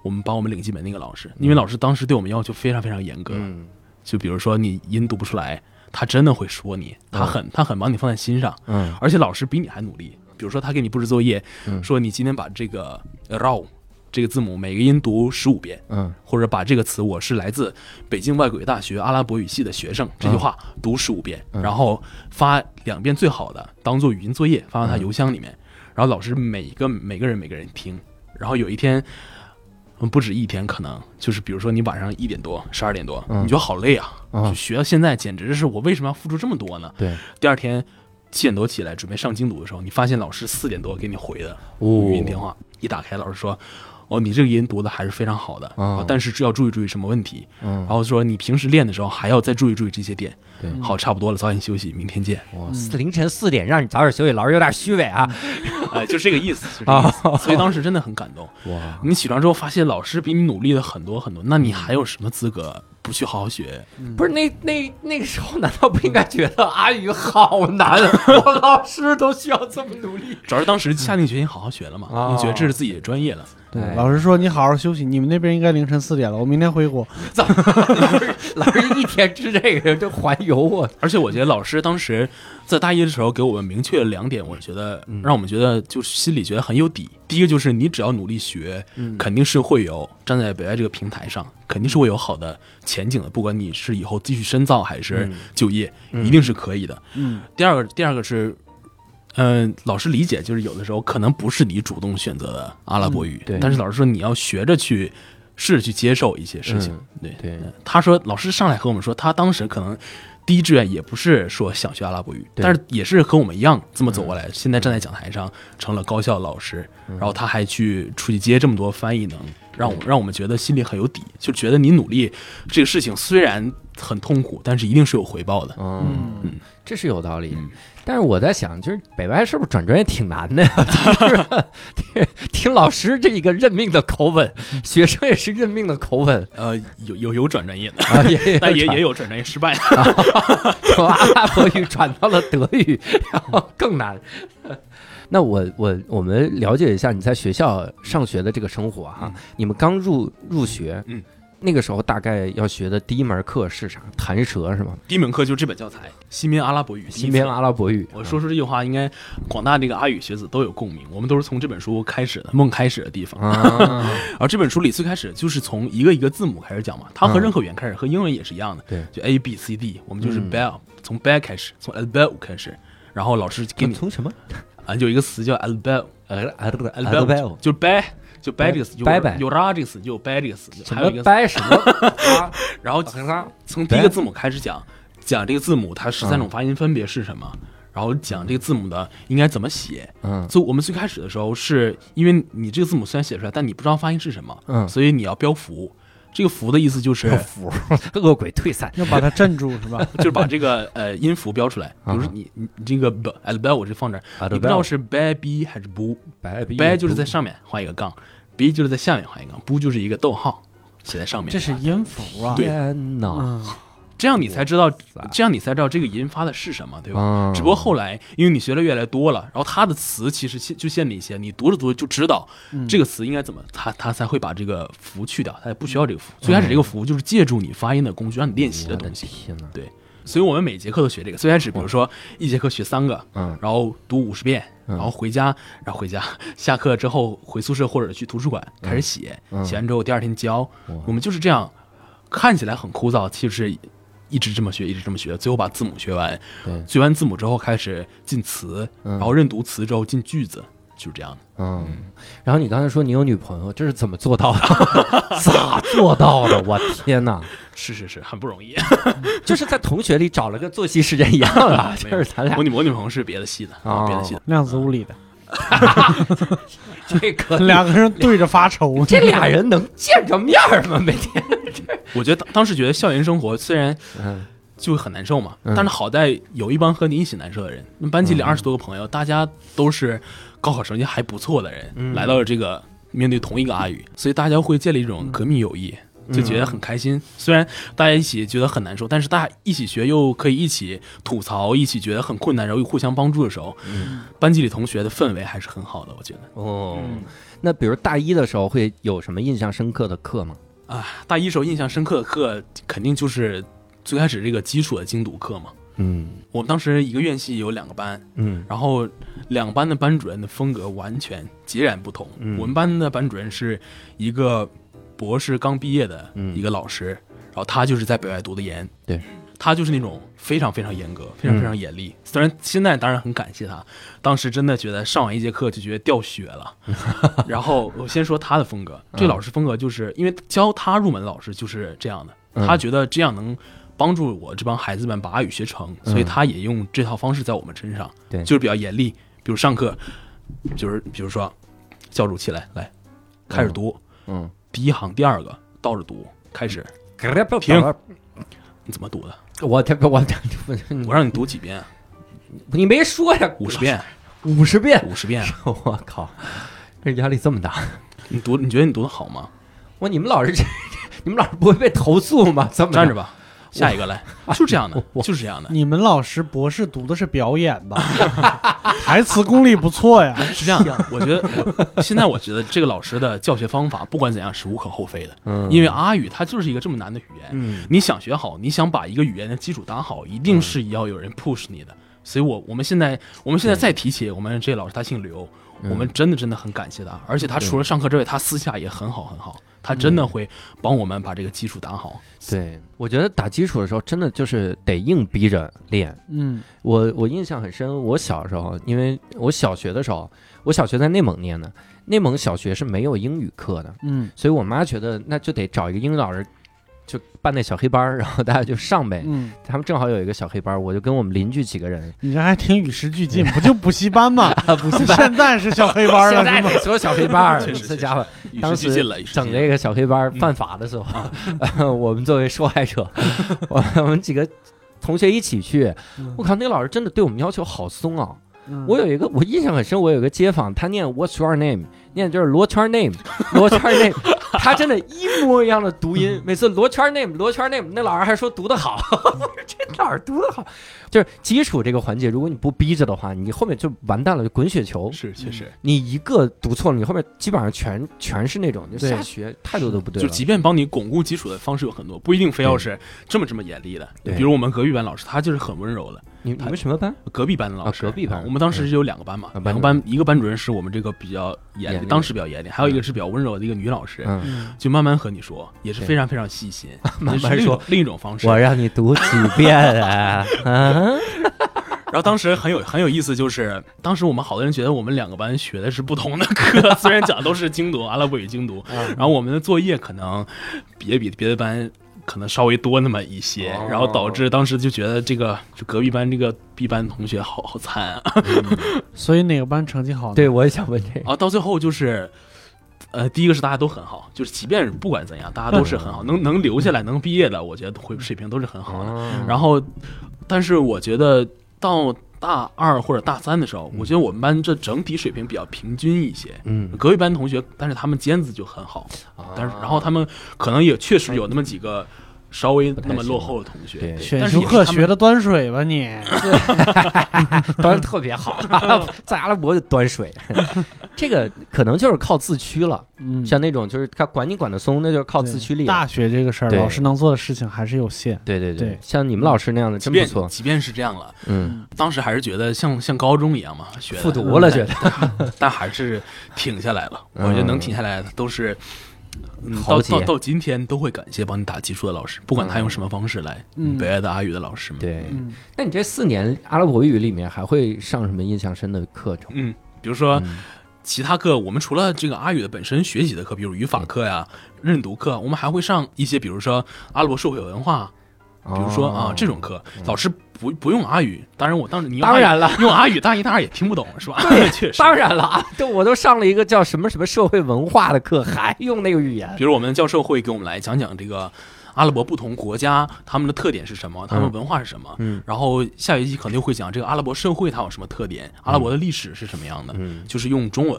我们帮我们领基本那个老师，因为老师当时对我们要求非常非常严格， 嗯， 就比如说你音读不出来，他真的会说你，他很、嗯、他很把你放在心上， 嗯， 而且老师比你还努力。比如说他给你布置作业，嗯、说你今天把这个 raw 这个字母每个音读十五遍， 嗯， 或者把这个词我是来自北京外国语大学阿拉伯语系的学生这句话读十五遍、嗯，然后发两遍最好的当做语音作业发到他邮箱里面，嗯、然后老师每个每个人每个人听，然后有一天。不止一天，可能就是比如说你晚上一点多、十二点多，嗯、你觉得好累啊，嗯、就学到现在简直是我为什么要付出这么多呢？ 对， 第二天七点多起来准备上精读的时候，你发现老师四点多给你回的语音电话，哦、一打开老师说：“哦，你这个音读的还是非常好的，嗯、但是要注意注意什么问题？嗯、然后说你平时练的时候还要再注意注意这些点。”对，好，差不多了，早点休息，明天见。 哇，凌晨四点让你早点休息，老师有点虚伪啊。 哎，就这个意思，就这个意思。所以当时真的很感动。哇，你起床之后发现老师比你努力了很多很多，那你还有什么资格不去好好学？ 嗯、不是那那那个时候难道不应该觉得阿语好难？我老师都需要这么努力。 主要是当时下定决心好好学了嘛，哦、你觉得这是自己的专业了。 对，老师说你好好休息，你们那边应该凌晨四点了，我明天回国。 怎么老师老师一天吃这个就环游啊？ 而且我觉得老师当时在大一的时候给我们明确了两点，我觉得让我们觉得就心里觉得很有底。第一个就是你只要努力学，嗯、肯定是会有站在北外这个平台上，肯定是会有好的前景的，不管你是以后继续深造还是就业，嗯、一定是可以的。嗯，第二个第二个是。嗯、呃，老师理解就是有的时候可能不是你主动选择的阿拉伯语，嗯、但是老师说你要学着去试着去接受一些事情。嗯、对对，他说老师上来和我们说，他当时可能第一志愿也不是说想学阿拉伯语，但是也是和我们一样这么走过来，嗯、现在站在讲台上成了高校老师，嗯、然后他还去出去接这么多翻译，能让我让我们觉得心里很有底，就觉得你努力这个事情虽然很痛苦，但是一定是有回报的。 嗯嗯，这是有道理。嗯，但是我在想，就是北外是不是转专业挺难的呀？就是听老师这一个认命的口吻，学生也是认命的口吻。 呃，有有有转专业的，啊、也但也也有转专业失败的， 从阿拉伯语转到了德语，然后更难。那我我我们了解一下你在学校上学的这个生活哈，嗯、你们刚入入学，嗯。那个时候大概要学的第一门课是啥？弹舌是吗？ 第一门课就是这本教材《新编阿拉伯语》。 新编阿拉伯语， 我说出这句话，应该广大这个阿语学子都有共鸣。我们都是从这本书开始的，梦开始的地方。啊、然后这本书里最开始就是从一个一个字母开始讲嘛，它和任何语言开始，和英文也是一样的。对，就 A B C D， 我们就是 bell，、嗯、从 bell 开始，从 albel 开始，然后老师给你从什么？ 啊，有一个词叫 albel， 呃 albel， 就是 bell。就掰这个词， 掰掰有拉这个词，就有掰这个词， 还有一个掰什么？ 然后从第一个字母开始讲，讲这个字母它十三种发音分别是什么，然后讲这个字母的应该怎么写。嗯，所以我们最开始的时候是因为你这个字母虽然写出来，但你不知道发音是什么，嗯，所以你要标符。这个符的意思就是符，恶鬼退散， 要把它镇住是吧？ 就是把这个呃音符标出来。比如说你你你这个 b albel 我就放这儿，你不知道是 b b 还是 bu，b 就是在上面画一个杠。B 就是在下面画一个，不就是一个逗号写在上面。 这是音符啊！ 天哪、 嗯， 这样你才知道，这样你才知道这个音发的是什么，对吧？嗯、只不过后来，因为你学的越来越多了，然后它的词其实就限定一些，你读着读着就知道这个词应该怎么，它它才会把这个符去掉，它也不需要这个符。最开始这个符就是借助你发音的工具，让你练习的东西。 天哪！ 对。所以我们每节课都学这个。最开始，比如说一节课学三个，嗯，然后读五十遍，然后回家，然后回家，下课之后回宿舍或者去图书馆开始写，写完之后第二天教。我们就是这样，看起来很枯燥，其实一直这么学，一直这么学，最后把字母学完。学完字母之后开始进词，然后认读词之后进句子，就是这样的。 嗯，然后你刚才说你有女朋友，这是怎么做到的？咋做到的？我天哪！ 是是是，很不容易， 就是在同学里找了个作息时间一样的，就是咱俩。 我女我女朋友是别的系的啊，别的系的， 量子物理的。 这个两个人对着发愁， 这俩人能见着面吗？每天？ 我觉得当时觉得校园生活虽然就很难受嘛，但是好在有一帮和你一起难受的人。班级里二十多个朋友，大家都是高考成绩还不错的人，来到了这个面对同一个阿语，所以大家会建立一种革命友谊。 就觉得很开心。虽然大家一起觉得很难受，但是大家一起学又可以一起吐槽，一起觉得很困难，然后又互相帮助的时候，嗯、班级里同学的氛围还是很好的，我觉得。 哦，那比如大一的时候会有什么印象深刻的课吗？ 啊，大一时候印象深刻的课肯定就是最开始这个基础的精读课嘛。 嗯， 我们当时一个院系有两个班，嗯，然后两个班的班主任的风格完全截然不同。嗯、我们班的班主任是一个博士刚毕业的一个老师，嗯、然后他就是在北外读的研， 对， 他就是那种非常非常严格、非常非常严厉。嗯、虽然现在当然很感谢他，当时真的觉得上完一节课就觉得掉血了。然后我先说他的风格，这个老师风格就是因为教他入门的老师就是这样的，嗯、他觉得这样能帮助我这帮孩子们把阿语学成，所以他也用这套方式在我们身上，对，就是比较严厉。比如上课，就是比如说，教主起来，来，开始读，嗯，第一行第二个倒着读，开始，停，你怎么读的？ 我这我我让你读几遍？ 你没说呀？ 五十遍， 五十遍， 五十遍！ 我靠，这压力这么大！ 你读，你觉得你读的好吗？ 我你们老师，你们老师不会被投诉吗？这么站着吧。下一个来，就是这样的，就是这样的。 你们老师博士读的是表演吧？台词功力不错呀。 是这样的，我觉得我现在我觉得这个老师的教学方法不管怎样是无可厚非的，嗯，因为阿语它就是一个这么难的语言，嗯，你想学好，你想把一个语言的基础打好，一定是要有人 push 你的。所以我我们现在我们现在再提起我们这个老师，他姓刘。我们真的真的很感谢他，而且他除了上课之外，他私下也很好很好，他真的会帮我们把这个基础打好。 对，我觉得打基础的时候，真的就是得硬逼着练。嗯，我我印象很深，我小时候，因为我小学的时候，我小学在内蒙念的，内蒙小学是没有英语课的，嗯，所以我妈觉得那就得找一个英语老师。就办那小黑班，然后大家就上呗。嗯，他们正好有一个小黑班，我就跟我们邻居几个人。 你这还挺与时俱进，不就补习班吗？补习班现在是小黑班了， 现在说小黑班，这家伙当时整这个小黑班犯法的时候，嗯、我们作为受害者，我我们几个同学一起去。我靠，那个老师真的对我们要求好松啊！嗯、我有一个我印象很深，我有一个街坊，他念 What's your name， 念就是罗圈 name， 罗圈 name。他真的一模一样的读音，每次罗圈 name 罗圈 name， 那老师还说读得好，这哪儿读得好？就是基础这个环节，如果你不逼着的话，你后面就完蛋了，就滚雪球。 是，确实， 你一个读错了，你后面基本上全全是那种就瞎学，态度都不对了。 就即便帮你巩固基础的方式有很多，不一定非要是这么这么严厉的。比如我们隔壁班老师，他就是很温柔的。 你你们什么班？ 隔壁班的老师。 啊、隔壁班。 我们当时有两个班嘛，嗯、两个班，一个班主任是我们这个比较严厉，当时比较严厉，还有一个是比较温柔的一个女老师，嗯、就慢慢和你说，也是非常非常细心， 慢慢说另一种方式。 我让你读几遍啊！啊然后当时很有很有意思，就是当时我们好多人觉得我们两个班学的是不同的课，虽然讲都是精读阿拉伯语精读，然后我们的作业可能也比别的班可能稍微多那么一些，哦、然后导致当时就觉得这个就隔壁班这个 B 班同学好好惨啊。 嗯、所以哪个班成绩好呢？ 对，我也想问这个。 然后到最后就是。呃，第一个是大家都很好，就是即便不管怎样，大家都是很好，能能留下来，能毕业的，我觉得会水平都是很好的。嗯、然后，但是我觉得到大二或者大三的时候，嗯、我觉得我们班这整体水平比较平均一些。嗯，隔壁班同学，但是他们尖子就很好，啊、但是然后他们可能也确实有那么几个。稍微那么落后的同学， 选修课学的端水吧你， 端特别好，在阿拉伯就端水，这个可能就是靠自驱了。嗯，像那种就是他管你管得松，那就是靠自驱力。 大学这个事儿，老师能做的事情还是有限。 对对对，像你们老师那样的真不错。 即便是这样了，嗯，当时还是觉得像像高中一样嘛，学复读了觉得， 但还是挺下来了。我觉得能挺下来的都是。嗯、到到到今天都会感谢帮你打基础的老师，不管他用什么方式来。嗯，北爱的阿语的老师们。 对，嗯、那你这四年阿拉伯语里面还会上什么印象深的课程？ 嗯，比如说、嗯、其他课，我们除了这个阿语的本身学习的课，比如语法课呀、认读课，我们还会上一些，比如说阿拉伯社会文化。比如说啊，这种课老师不不用阿语，当然我当时你用当然了用阿语，大一大二也听不懂是吧？ 对， 确实， 当然了啊，都我都上了一个叫什么什么社会文化的课，还用那个语言。 比如我们的教授会给我们来讲讲这个阿拉伯不同国家他们的特点是什么，他们文化是什么。嗯，然后下学期肯定会讲这个阿拉伯社会它有什么特点，阿拉伯的历史是什么样的，嗯，就是用中文。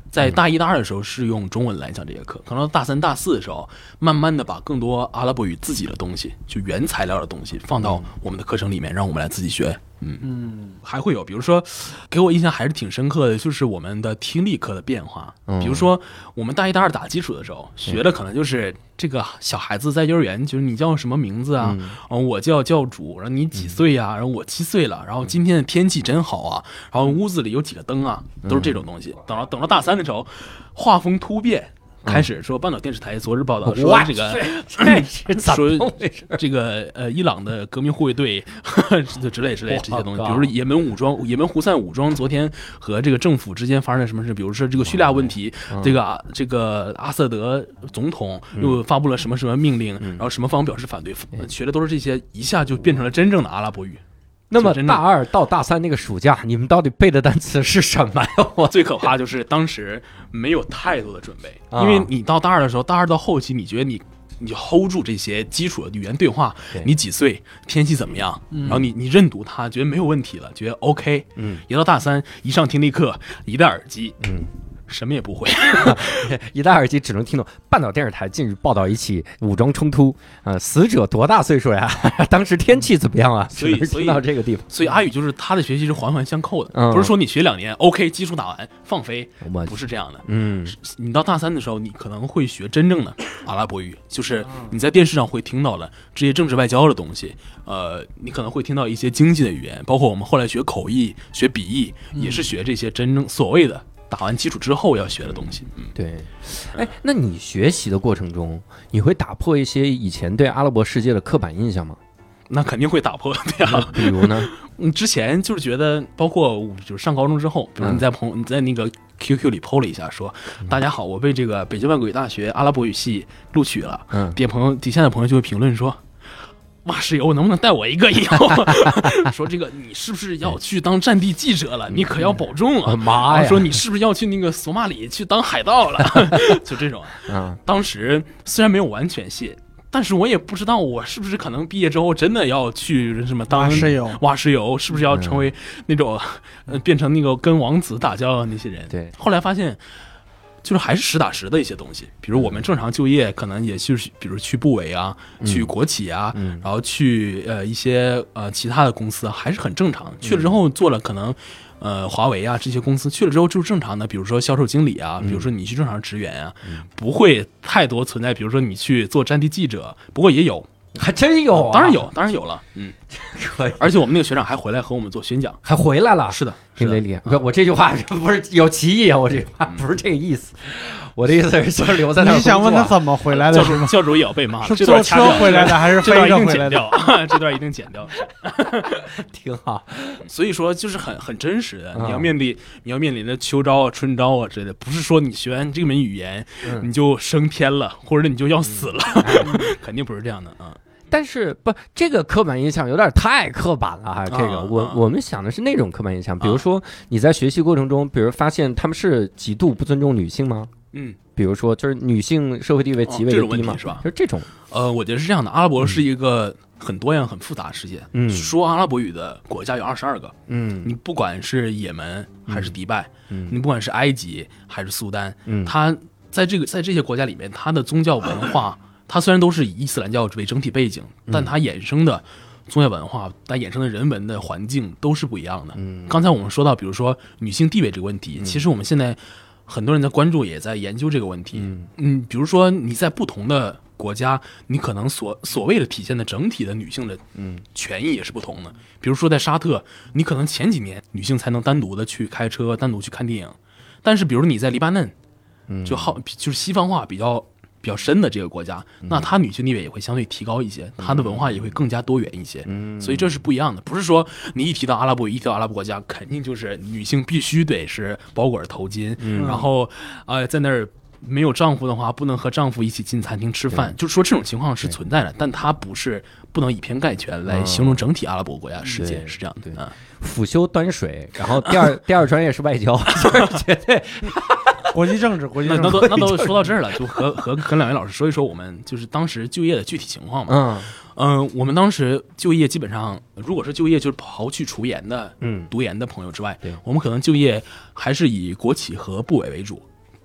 在大一大二的时候是用中文来讲这些课，可能到大三大四的时候，慢慢的把更多阿拉伯语自己的东西，就原材料的东西放到我们的课程里面，让我们来自己学。嗯嗯，还会有，比如说，给我印象还是挺深刻的，就是我们的听力课的变化。 嗯、 比如说，我们大一大二打基础的时候，学的可能就是这个小孩子在幼儿园，就是你叫什么名字啊？嗯、然后我叫教主，然后你几岁呀、啊？然后我七岁了，然后今天的天气真好啊，然后屋子里有几个灯啊，都是这种东西。等到等到大三的时候，画风突变。开始说半岛电视台昨日报道说这个，说这个呃伊朗的革命护卫队之类之类这些东西，比如说也门武装、也门胡塞武装昨天和这个政府之间发生了什么事，比如说这个叙利亚问题，这个这个阿萨德总统又发布了什么什么命令，然后什么方表示反对，学的都是这些，一下就变成了真正的阿拉伯语。 那么大二到大三那个暑假，你们到底背的单词是什么呀？我最可怕就是当时没有太多的准备，因为你到大二的时候，大二到后期，你觉得你你 hold 住这些基础的语言对话，你几岁，天气怎么样，嗯、然后你你认读它，觉得没有问题了，觉得 OK。嗯，一到大三，一上听力课，一戴耳机，嗯。什么也不会， 一戴耳机只能听懂半岛电视台近日报道一起武装冲突，呃，死者多大岁数呀？当时天气怎么样啊？ 所以听到这个地方， 所以阿语就是他的学习是环环相扣的，嗯、不是说你学两年 OK 基础打完放飞，不是这样的。嗯，你到大三的时候，你可能会学真正的阿拉伯语，就是你在电视上会听到了这些政治外交的东西，呃，你可能会听到一些经济的语言，包括我们后来学口译、学笔译，也是学这些真正所谓的。打完基础之后要学的东西，嗯， 对。哎，那你学习的过程中，你会打破一些以前对阿拉伯世界的刻板印象吗？ 那肯定会打破的呀。 比如呢？ 嗯，之前就是觉得，包括就是上高中之后，比如你在朋、嗯、你在那个 Q Q 里 P O 了一下说，说大家好，我被这个北京外国语大学阿拉伯语系录取了。嗯，底下朋友底下的朋友就会评论说。哇，室友能不能带我一个以后？说这个你是不是要去当战地记者了？你可要保重啊！ 妈呀！ 说你是不是要去那个索马里去当海盗了？就这种。嗯，当时虽然没有完全卸，但是我也不知道我是不是可能毕业之后真的要去什么当室友， 挖石油，是不是要成为那种、嗯、呃变成那个跟王子打交道那些人？ 对， 后来发现。就是还是实打实的一些东西，比如我们正常就业，可能也就是比如去部委啊，嗯、去国企啊，嗯、然后去呃一些呃其他的公司，还是很正常。去了之后做了可能呃华为啊这些公司，去了之后就是正常的，比如说销售经理啊，比如说你去正常职员啊，嗯、不会太多存在。比如说你去做战地记者，不过也有。 还真有、啊， 当然有，当然有了，嗯，可以。而且我们那个学长还回来和我们做宣讲， 还回来了。 是的， 挺雷厉害。不，我这句话不是有歧义啊，我这句话不是这个意思。我的意思是说留在那儿。 你想问他怎么回来的？ 教主教主也要被骂， 是坐车回来的还是飞着回来的？这段一定剪掉， 挺好。 所以说就是很很真实的，你要面对你要面临的秋招啊、春招啊之类的，不是说你学完这门语言你就升天了，或者你就要死了，肯定不是这样的啊。 但是不，这个刻板印象有点太刻板了哈。这个我、啊、我们想的是那种刻板印象，比如说你在学习过程中，比如发现他们是极度不尊重女性吗？嗯，比如说就是女性社会地位极为的低嘛， 哦、是吧？ 就是这种。 呃，我觉得是这样的，阿拉伯是一个很多样、很复杂的世界。嗯，说阿拉伯语的国家有二十二个。嗯，你不管是也门还是迪拜，嗯，你不管是埃及还是苏丹，嗯，它在这个在这些国家里面，它的宗教文化。它虽然都是以伊斯兰教为整体背景，但它衍生的宗教文化，但衍生的人文的环境都是不一样的。嗯，刚才我们说到，比如说女性地位这个问题，嗯、其实我们现在很多人在关注，也在研究这个问题。嗯, 嗯，比如说你在不同的国家，你可能所所谓的体现的整体的女性的权益也是不同的。比如说在沙特，你可能前几年女性才能单独的去开车，单独去看电影，但是比如你在黎巴嫩，就好就是西方化比较。比较深的这个国家，那它女性地位也会相对提高一些，它的文化也会更加多元一些，嗯，所以这是不一样的。不是说你一提到阿拉伯语，一提到阿拉伯国家，肯定就是女性必须得是包裹着头巾，嗯、然后呃在那儿没有丈夫的话，不能和丈夫一起进餐厅吃饭，就是说这种情况是存在的，但它不是不能以偏概全来形容整体阿拉伯国家世界，嗯、是这样的。对啊， 辅修端水，然后第二第二专业是外交，就是绝对。 国际政治，国际政治， 那都那都说到这儿了，就和和和两位老师说一说我们就是当时就业的具体情况嘛。嗯嗯、呃，我们当时就业基本上，如果是就业，就是刨去除研的、嗯读研的朋友之外，我们可能就业还是以国企和部委为主。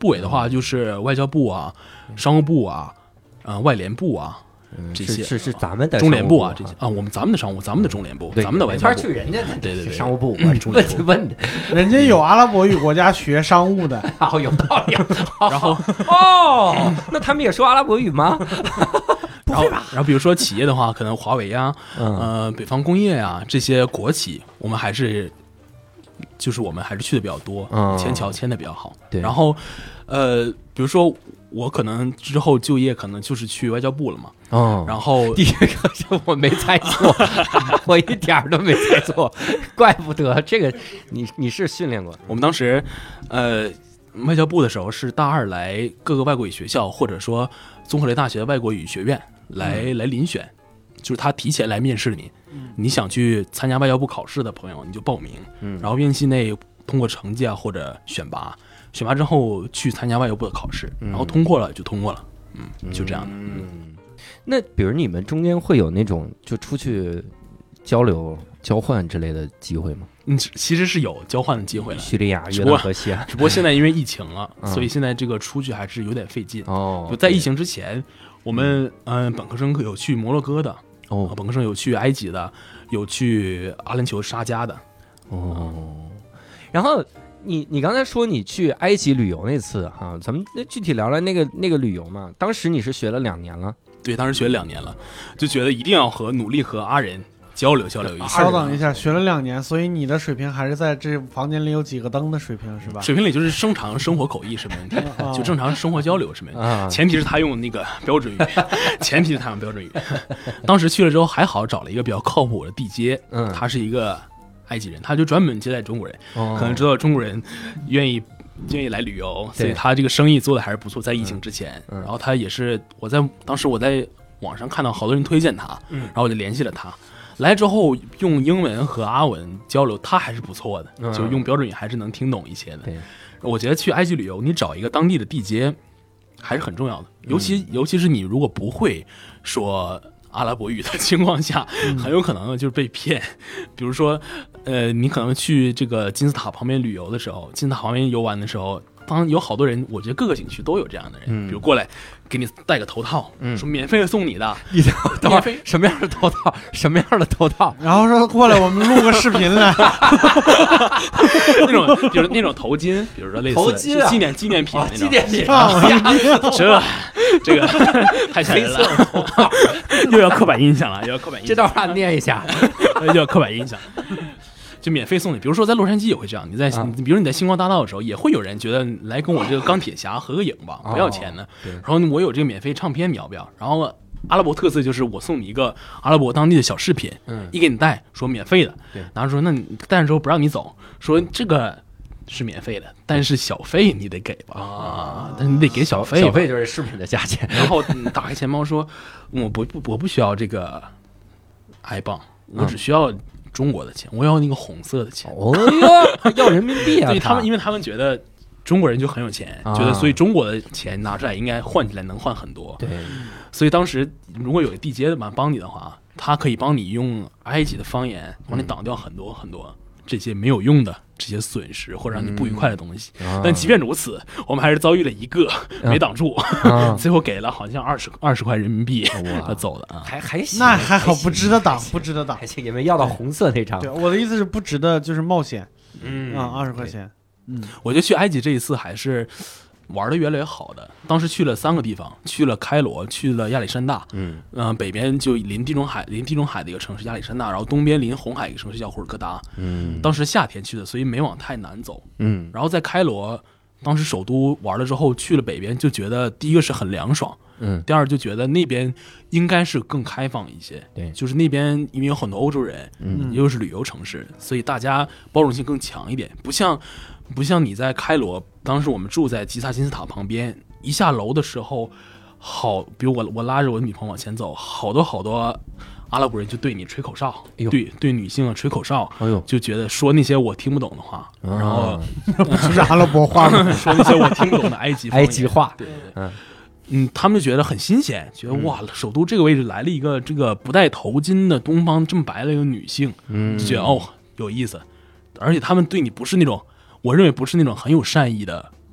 部委的话就是外交部啊、商务部啊、呃外联部啊。这些是是是咱们的中联部啊， 这些啊，我们咱们的商务，咱们的中联部，咱们的外交部， 去人家的对对对商务部，我中联部问的， 人家有阿拉伯语国家学商务的， 好有道理。 然后哦，那他们也说阿拉伯语吗？ 然后然后比如说企业的话，可能华为呀、 嗯、 呃北方工业呀这些国企，我们还是就是我们还是去的比较多， 嗯、 签侨签的比较好。 对， 然后呃，比如说我可能之后就业可能就是去外交部了嘛。 哦， 然后第一个我没猜错，我一点儿都没猜错，怪不得这个你你是训练过。 我们当时，呃，外交部的时候是大二来各个外国语学校或者说综合类大学的外国语学院来、嗯、来遴选，就是他提前来面试你，嗯、你想去参加外交部考试的朋友你就报名，嗯、然后院系内通过成绩啊或者选拔，选拔之后去参加外交部的考试，嗯、然后通过了就通过了，嗯，就这样的。 嗯，那比如你们中间会有那种就出去交流、交换之类的机会吗？ 嗯，其实是有交换的机会了， 叙利亚、约旦河西岸， 只不过现在因为疫情了， 嗯、 所以现在这个出去还是有点费劲。 哦， 就在疫情之前，我们嗯、呃、本科生有去摩洛哥的， 哦， 本科生有去埃及的，有去阿联酋沙迦的， 哦，然后。你你刚才说你去埃及旅游那次哈、啊，咱们具体聊聊那个那个旅游嘛。当时你是学了两年了， 对，当时学了两年了，就觉得一定要和努力和阿人交流交流一下。 稍等一下，学了两年，所以你的水平还是在这房间里有几个灯的水平是吧？ 水平里就是正常生活口译是没问题的，就正常生活交流是没问题的，前提是他用那个标准语，前提是他用标准语。当时去了之后还好找了一个比较靠谱的地接，嗯，他是一个。埃及人，他就专门接待中国人，哦、可能知道中国人愿意愿意来旅游，所以他这个生意做的还是不错。在疫情之前，嗯、然后他也是我在当时我在网上看到好多人推荐他，嗯、然后我就联系了他。来之后用英文和阿文交流，他还是不错的，嗯、就用标准语还是能听懂一些的。我觉得去埃及旅游，你找一个当地的地接还是很重要的，尤其、嗯、尤其是你如果不会说。阿拉伯语的情况下，很有可能就是被骗。嗯、比如说，呃，你可能去这个金字塔旁边旅游的时候，金字塔旁边游玩的时候，当有好多人，我觉得各个景区都有这样的人，嗯、比如过来给你戴个头套，嗯、说免费的送你的， 你免费什么样的头套？什么样的头套？ 然后说过来，我们录个视频来。 那种，比如那种头巾，比如说类似头巾、啊、 纪念纪念品那种， 纪念品这这个太吓人了，又要刻板印象了，又要刻板印象。 这段话念一下， 又要刻板印象。就免费送你，比如说在洛杉矶也会这样，你在，啊、比如你在星光大道的时候，也会有人觉得来跟我这个钢铁侠合个影吧，不要钱的。 哦、 然后我有这个免费唱片，你要不要？然后阿拉伯特色就是我送你一个阿拉伯当地的小饰品，嗯，一给你戴，说免费的。 对， 然后说那你戴的时候不让你走，说这个是免费的，但是小费你得给吧？啊，但是你得给小费， 小费就是饰品的价钱。 然后打开钱包说，我不不我不需要这个埃镑，我只需要。中国的钱，我要那个红色的钱。 哦哟，要人民币啊！ 对他们，因为他们觉得中国人就很有钱，啊、觉得所以中国的钱拿出来应该换起来能换很多。 对， 所以当时如果有地接的嘛帮你的话，他可以帮你用埃及的方言帮你挡掉很多很多这些没有用的这些损失或者让你不愉快的东西。嗯啊、但即便如此，我们还是遭遇了一个没挡住，啊、最后给了好像二十二十块人民币他走的啊， 还还行， 那还好，不值得挡，不值得挡， 还行，也没要到红色那张。 对，我的意思是不值得，就是冒险。嗯啊，二十块钱。嗯， 我觉得去埃及这一次还是玩的越来越好的。当时去了三个地方，去了开罗，去了亚历山大，嗯，呃，北边就临地中海，临地中海的一个城市亚历山大，然后东边临红海一个城市叫胡尔克达，嗯，当时夏天去的，所以没往太南走，嗯，然后在开罗，当时首都玩了之后，去了北边，就觉得第一个是很凉爽，嗯，第二就觉得那边应该是更开放一些， 对， 就是那边因为有很多欧洲人，嗯，又是旅游城市，所以大家包容性更强一点，不像。不像你在开罗，当时我们住在吉萨金字塔旁边，一下楼的时候，好，比如我我拉着我的女朋友往前走，好多好多阿拉伯人就对你吹口哨，哎、对对女性啊吹口哨，哎、就觉得说那些我听不懂的话，啊、然后不是阿拉伯话吗？ 说那些我听不懂的埃及埃及话， 对对对，嗯。嗯，他们就觉得很新鲜，觉得哇，首都这个位置来了一个这个不戴头巾的东方这么白的一个女性，嗯，就觉得哦有意思，而且他们对你不是那种。我认为不是那种很有善意的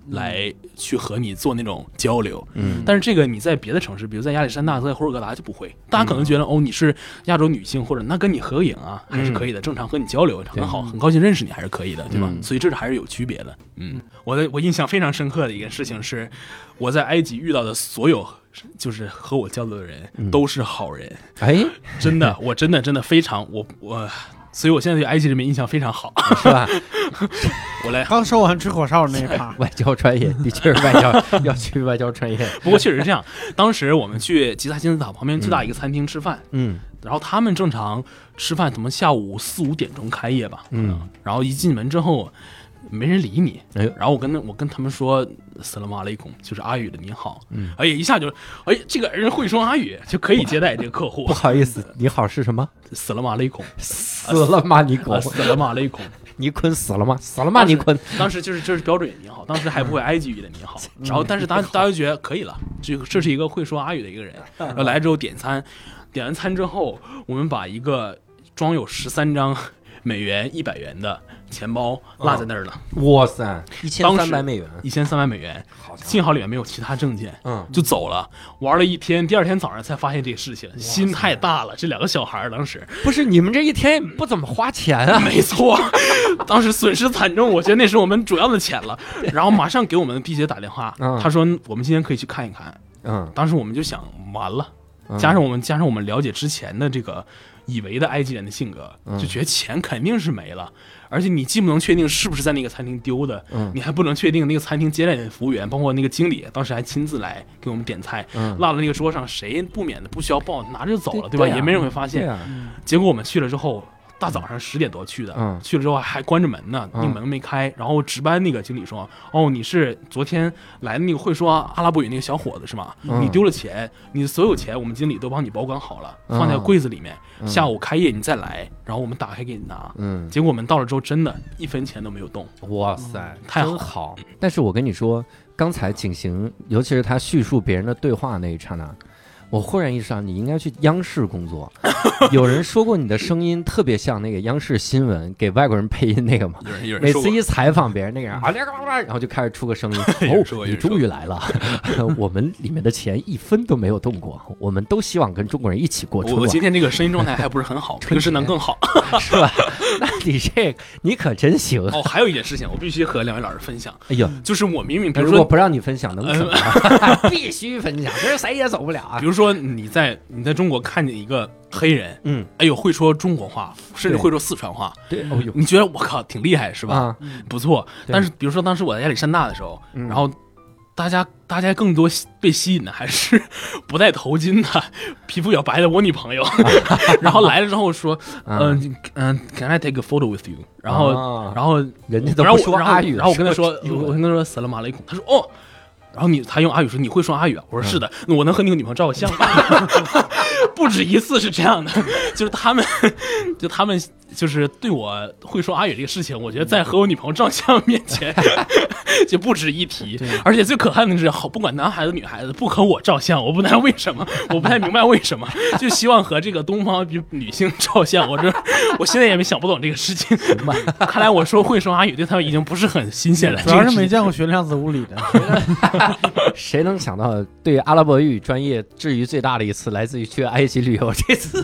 来去和你做那种交流。 嗯， 但是这个你在别的城市，比如在亚历山大、在霍尔格达就不会，大家可能觉得、嗯、哦你是亚洲女性，或者那跟你合影啊还是可以的，嗯、正常和你交流很好，很高兴认识你还是可以的，对吧？嗯、所以这还是有区别的。嗯，我的我印象非常深刻的一件事情是，我在埃及遇到的所有就是和我交流的人、嗯、都是好人。 哎， 真的，我真的真的非常我我。所以我现在对埃及人民印象非常好， 是吧？ 我来刚说完吹口哨那一趴， 外交专业的确是外交要去外交专业。 不过确实是这样，当时我们去吉萨金字塔旁边最大一个餐厅吃饭， 嗯， 然后他们正常吃饭，怎么下午四五点钟开业吧， 嗯， 然后一进门之后没人理你， 哎， 然后我跟我跟他们说斯拉马雷孔，就是阿语的你好， 嗯， 哎，一下就，哎，这个人会说阿语就可以接待这个客户。 不好意思，你好是什么？ 斯拉马雷孔， 死了吗？你孔， 斯拉马雷孔， 尼坤死了吗？死了吗？尼坤。 当时就是就是标准你好，当时还不会埃及语的你好，然后但是大家大家就觉得可以了，这这是一个会说阿语的一个人，然后来之后点餐，点完餐之后，我们把一个装有十三张美元、一百元的钱包落在那儿了。 哇塞，一千三百美元， 一千三百美元，幸好里面没有其他证件， 嗯， 就走了。玩了一天，第二天早上才发现这个事情，心太大了。这两个小孩当时不是你们这一天也不怎么花钱啊？ 没错，当时损失惨重，我觉得那是我们主要的钱了。然后马上给我们的地姐打电话， 嗯、 他说我们今天可以去看一看。 嗯， 当时我们就想完了，加上我们加上我们了解之前的这个。以为的埃及人的性格，就觉得钱肯定是没了，嗯、而且你既不能确定是不是在那个餐厅丢的， 嗯、 你还不能确定那个餐厅接待的服务员，包括那个经理，当时还亲自来给我们点菜， 嗯、 落到那个桌上，谁不免的不需要报，拿着就走了，对吧？ 对啊、 也没人会发现。 啊、 结果我们去了之后。大早上十点多去的， 嗯、 去了之后还关着门呢，那个门没开。然后值班那个经理说：“哦，你是昨天来的那个会说阿拉伯语那个小伙子是吗？ 嗯、 你丢了钱，你所有钱我们经理都帮你保管好了，嗯、放在柜子里面。 嗯、 下午开业你再来，然后我们打开给你拿。 嗯， 结果我们到了之后，真的一分钱都没有动。 哇塞， 嗯、太好好！但是我跟你说，刚才景行，尤其是他叙述别人的对话那一刹那。”我忽然意识到，你应该去央视工作。有人说过你的声音特别像那个央视新闻给外国人配音那个吗？每次一采访别人，那个人啊，然后就开始出个声音。哦，你终于来了！我们里面的钱一分都没有动过，我们都希望跟中国人一起过春晚。 我今天这个声音状态还不是很好，平时能更好， 是吧？那你这你可真行。 哦，还有一件事情，我必须和两位老师分享。 哎呦， 就是我明明，比如说如果不让你分享，能怎么？必须分享，这是谁也走不了啊。 比如说你在你在中国看见一个黑人， 嗯， 哎呦会说中国话，甚至会说四川话， 对，哦呦， 你觉得我靠挺厉害是吧？ 啊、 不错。但是比如说当时我在亚历山大的时候， 嗯、 然后大家大家更多被吸引的还是不戴头巾的、皮肤比较白的我女朋友，然后来了之后说，嗯嗯、呃呃、，Can I take a photo with you？ 然后、 啊、 然后人家都不说阿语， 然后我跟他说，我跟他说萨拉马雷孔，他说哦。然后你他用阿语说你会说阿语啊？我说是的，嗯、我能和那个女朋友照个相吗？不止一次是这样的，就是他们，就他们就是对我会说阿语这个事情，我觉得在和我女朋友照相面前就不值一提。而且最可恨的是，好不管男孩子女孩子不和我照相，我不太为什么，我不太明白为什么，就希望和这个东方女性照相。我这我现在也没想不懂这个事情。看来我说会说阿语对他们已经不是很新鲜了， 主要是没见过学量子物理的。 谁能想到对阿拉伯语专业质疑最大的一次来自于去埃及旅游这次？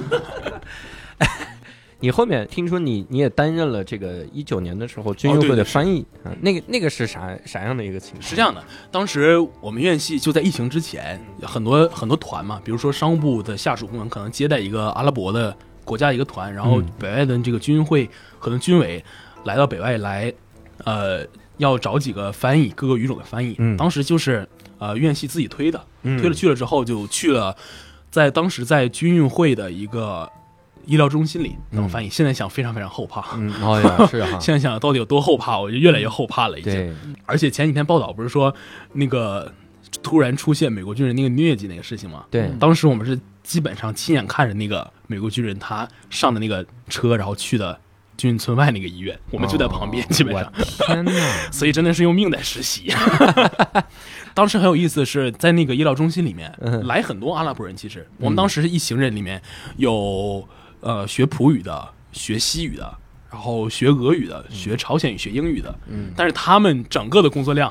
你后面听说你你也担任了这个一九年的时候军运会的翻译， 哦、 啊，那个那个是啥啥样的一个情况？ 是这样的，当时我们院系就在疫情之前，很多很多团嘛，比如说商务部的下属部门可能接待一个阿拉伯的国家一个团，然后北外的这个军运会可能军委来到北外来，呃。要找几个翻译，各个语种的翻译。 嗯， 当时就是呃院系自己推的， 嗯、 推了去了之后就去了，在当时在军运会的一个医疗中心里当翻译。嗯、现在想非常非常后怕， 嗯，哦呀，是哈。 现在想到底有多后怕，我就越来越后怕了已经。 对， 而且前几天报道不是说那个突然出现美国军人那个疟疾那个事情吗？ 对， 当时我们是基本上亲眼看着那个美国军人他上的那个车，然后去的。军运村外那个医院，我们就在旁边， 哦、 基本上。 天哪！ 所以真的是用命在实习。当时很有意思的是，在那个医疗中心里面、嗯、来很多阿拉伯人。其实我们当时一行人里面有呃学普语的、学西语的，然后学俄语的、学朝鲜语、学英语的。 嗯， 但是他们整个的工作量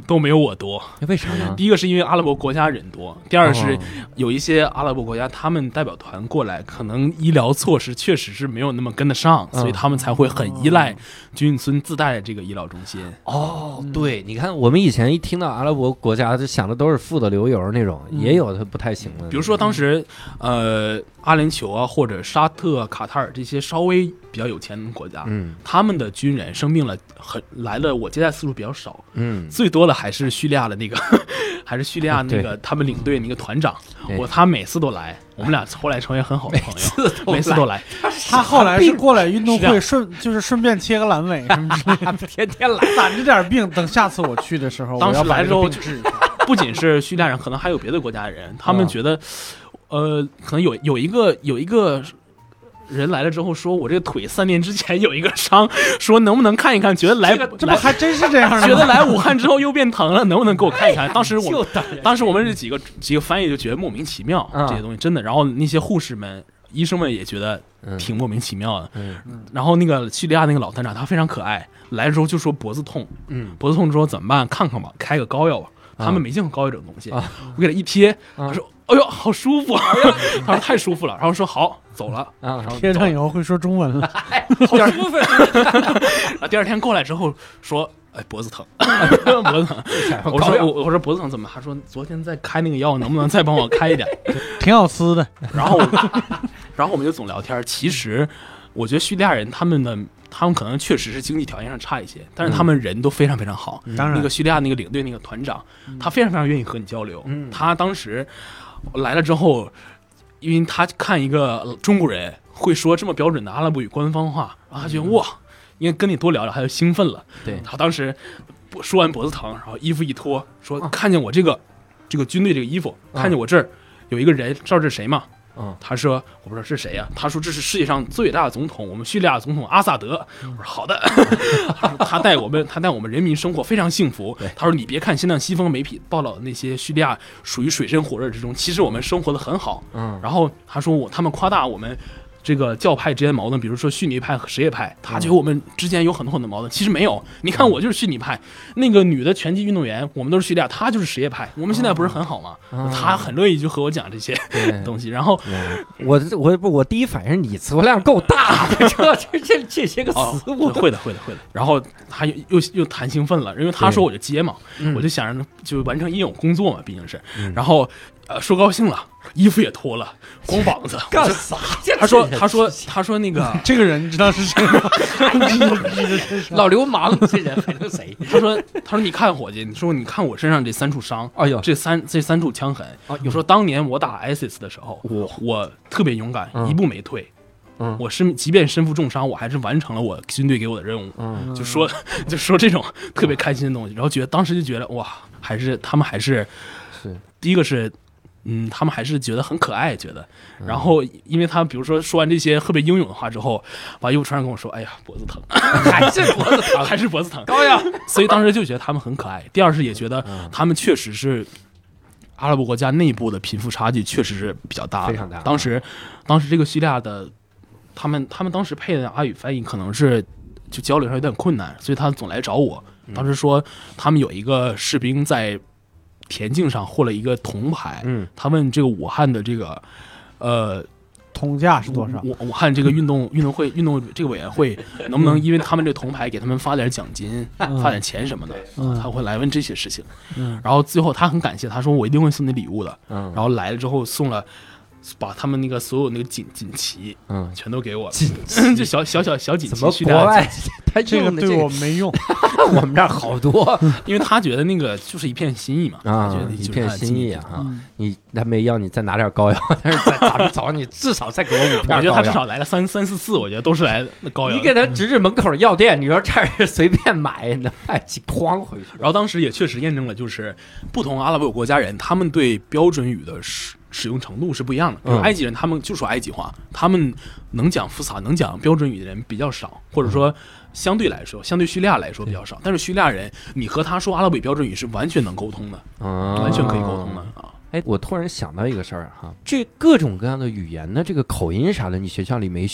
都没有我多。 为啥呢？ 第一个是因为阿拉伯国家人多，第二是有一些阿拉伯国家他们代表团过来，可能医疗措施确实是没有那么跟得上，所以他们才会很依赖军村自带的这个医疗中心。 哦，对，你看我们以前一听到阿拉伯国家，就想的都是富的流油那种，也有它不太行的。 比如说当时，呃，阿联酋啊，或者沙特、卡塔尔这些稍微比较有钱的国家， 嗯， 他们的军人生病了，很来了，我接待次数比较少， 嗯， 最多的还是叙利亚的那个，还是叙利亚那个他们领队那个团长，我他每次都来，我们俩后来成为很好的朋友，每次都来。 他后来是过来运动会顺就是顺便切个阑尾什么之类的， 天天来， 攒着点病，等下次我去的时候， 当时来之后治。 不仅是叙利亚人，可能还有别的国家的人，他们觉得，呃，可能有有一个有一个人来了之后说，我这个腿三年之前有一个伤，说能不能看一看？觉得来、 这个、这不还真是这样的？ 觉得来武汉之后又变疼了，能不能给我看一看？当时我们当时我们这几个几个翻译就觉得莫名其妙， 嗯、 这些东西真的。然后那些护士们、医生们也觉得挺莫名其妙的。 嗯嗯、然后那个叙利亚那个老团长他非常可爱，来的时候就说脖子痛， 嗯， 脖子痛之后怎么办？看看吧，开个膏药吧。他们没见过膏药这种东西， 啊、 我给他一贴，他说：“哎呦，好舒服！”他说：“太舒服了。”然后说：“好，走了。” 啊， 贴上以后会说中文了， 好舒服。然后第二天过来之后说：“哎，脖子疼，脖子疼。”我说：“我我说脖子疼怎么？”他说：“昨天在开那个药，能不能再帮我开一点？” 挺好吃的。 然后，然后我们就总聊天。其实，我觉得叙利亚人他们的。他们可能确实是经济条件上差一些，但是他们人都非常非常好。 当然、 嗯，那个叙利亚那个领队那个团长，嗯、他非常非常愿意和你交流。 嗯、 他当时来了之后，因为他看一个中国人会说这么标准的阿拉伯语官方话，然后他觉得、嗯、哇，因为跟你多聊聊，他就兴奋了。 对， 他当时说完脖子疼，然后衣服一脱，说、啊、看见我这个这个军队这个衣服，啊、看见我这儿有一个人，知道这是谁吗？ 嗯， 他说我不知道是谁呀、啊，他说这是世界上最伟大的总统，我们叙利亚总统阿萨德。我说好的，他带我们他带我们人民生活非常幸福。他说你别看现在西方媒体报道的那些叙利亚属于水深火热之中，其实我们生活的很好。 嗯， 然后他说我他们夸大我们这个教派之间的矛盾，比如说逊尼派和什叶派，他觉得我们之间有很多很多矛盾，其实没有。你看我就是逊尼派，那个女的拳击运动员，我们都是叙利亚，她就是什叶派，我们现在不是很好吗？ 嗯、 他很乐意就和我讲这些东西。然后我我我第一反应你词汇量够大，这这这这些个词我、哦、会的会的会的。然后他又又又谈兴奋了，因为他说我就接嘛，我就想着就完成义勇工作嘛，毕竟是。 嗯、 然后呃说高兴了。衣服也脱了，光膀子干啥？ 他说：“他说，他说那个这个人你知道是谁吗？ 老流氓，这人还能谁？ 他说：他说你看伙计，你说你看我身上这三处伤， 哎呦， 这三这三处枪痕。有说当年我打 I S I S 的时候，我我特别勇敢， 嗯、 一步没退。 嗯， 我身即便身负重伤，我还是完成了我军队给我的任务。 嗯， 就说就说这种特别开心的东西，然后觉得当时就觉得哇，还是他们还是是第一个是。”嗯，他们还是觉得很可爱，觉得。然后，因为他比如说说完这些特别英勇的话之后，把衣服穿上跟我说：“哎呀，脖子疼， 还是脖子疼， 还是脖子疼。” 高呀！ 所以当时就觉得他们很可爱。第二是也觉得他们确实是阿拉伯国家内部的贫富差距确实是比较大的， 非常大。 当时，当时这个叙利亚的他们，他们当时配的阿语翻译可能是就交流上有点困难，所以他总来找我。当时说他们有一个士兵在。田径上获了一个铜牌， 嗯， 他问这个武汉的这个，呃， 铜价是多少？ 武武汉这个运动运动会运动这个委员会能不能因为他们这铜牌给他们发点奖金、 嗯、 发点钱什么的？ 嗯， 他会来问这些事情。 嗯， 然后最后他很感谢，他说我一定会送你礼物的。 嗯， 然后来了之后送了。把他们那个所有那个锦锦旗， 嗯， 全都给我了， 锦就小小小小锦旗。 怎么国外他这个对我没用， 我们这儿好多， 因为他觉得那个就是一片心意嘛， 啊， 觉得一片心意啊， 嗯、 你他没要你再拿点膏药，但是在咱们早上你至少再给我五片。 我觉得他至少来了三三四次，我觉得都是来的膏药。 你给他指指门口药店，你说这儿随便买，能买几筐回去？ 然后当时也确实验证了，就是不同阿拉伯国家人，他们对标准语的使使用程度是不一样的。比如埃及人，他们就说埃及话，他们能讲复撒、能讲标准语的人比较少，或者说相对来说，相对叙利亚来说比较少。但是叙利亚人，你和他说阿拉伯标准语是完全能沟通的， 嗯、 完全可以沟通的啊。 哎，我突然想到一个事儿哈，这各种各样的语言的这个口音啥的，你学校里没学吗？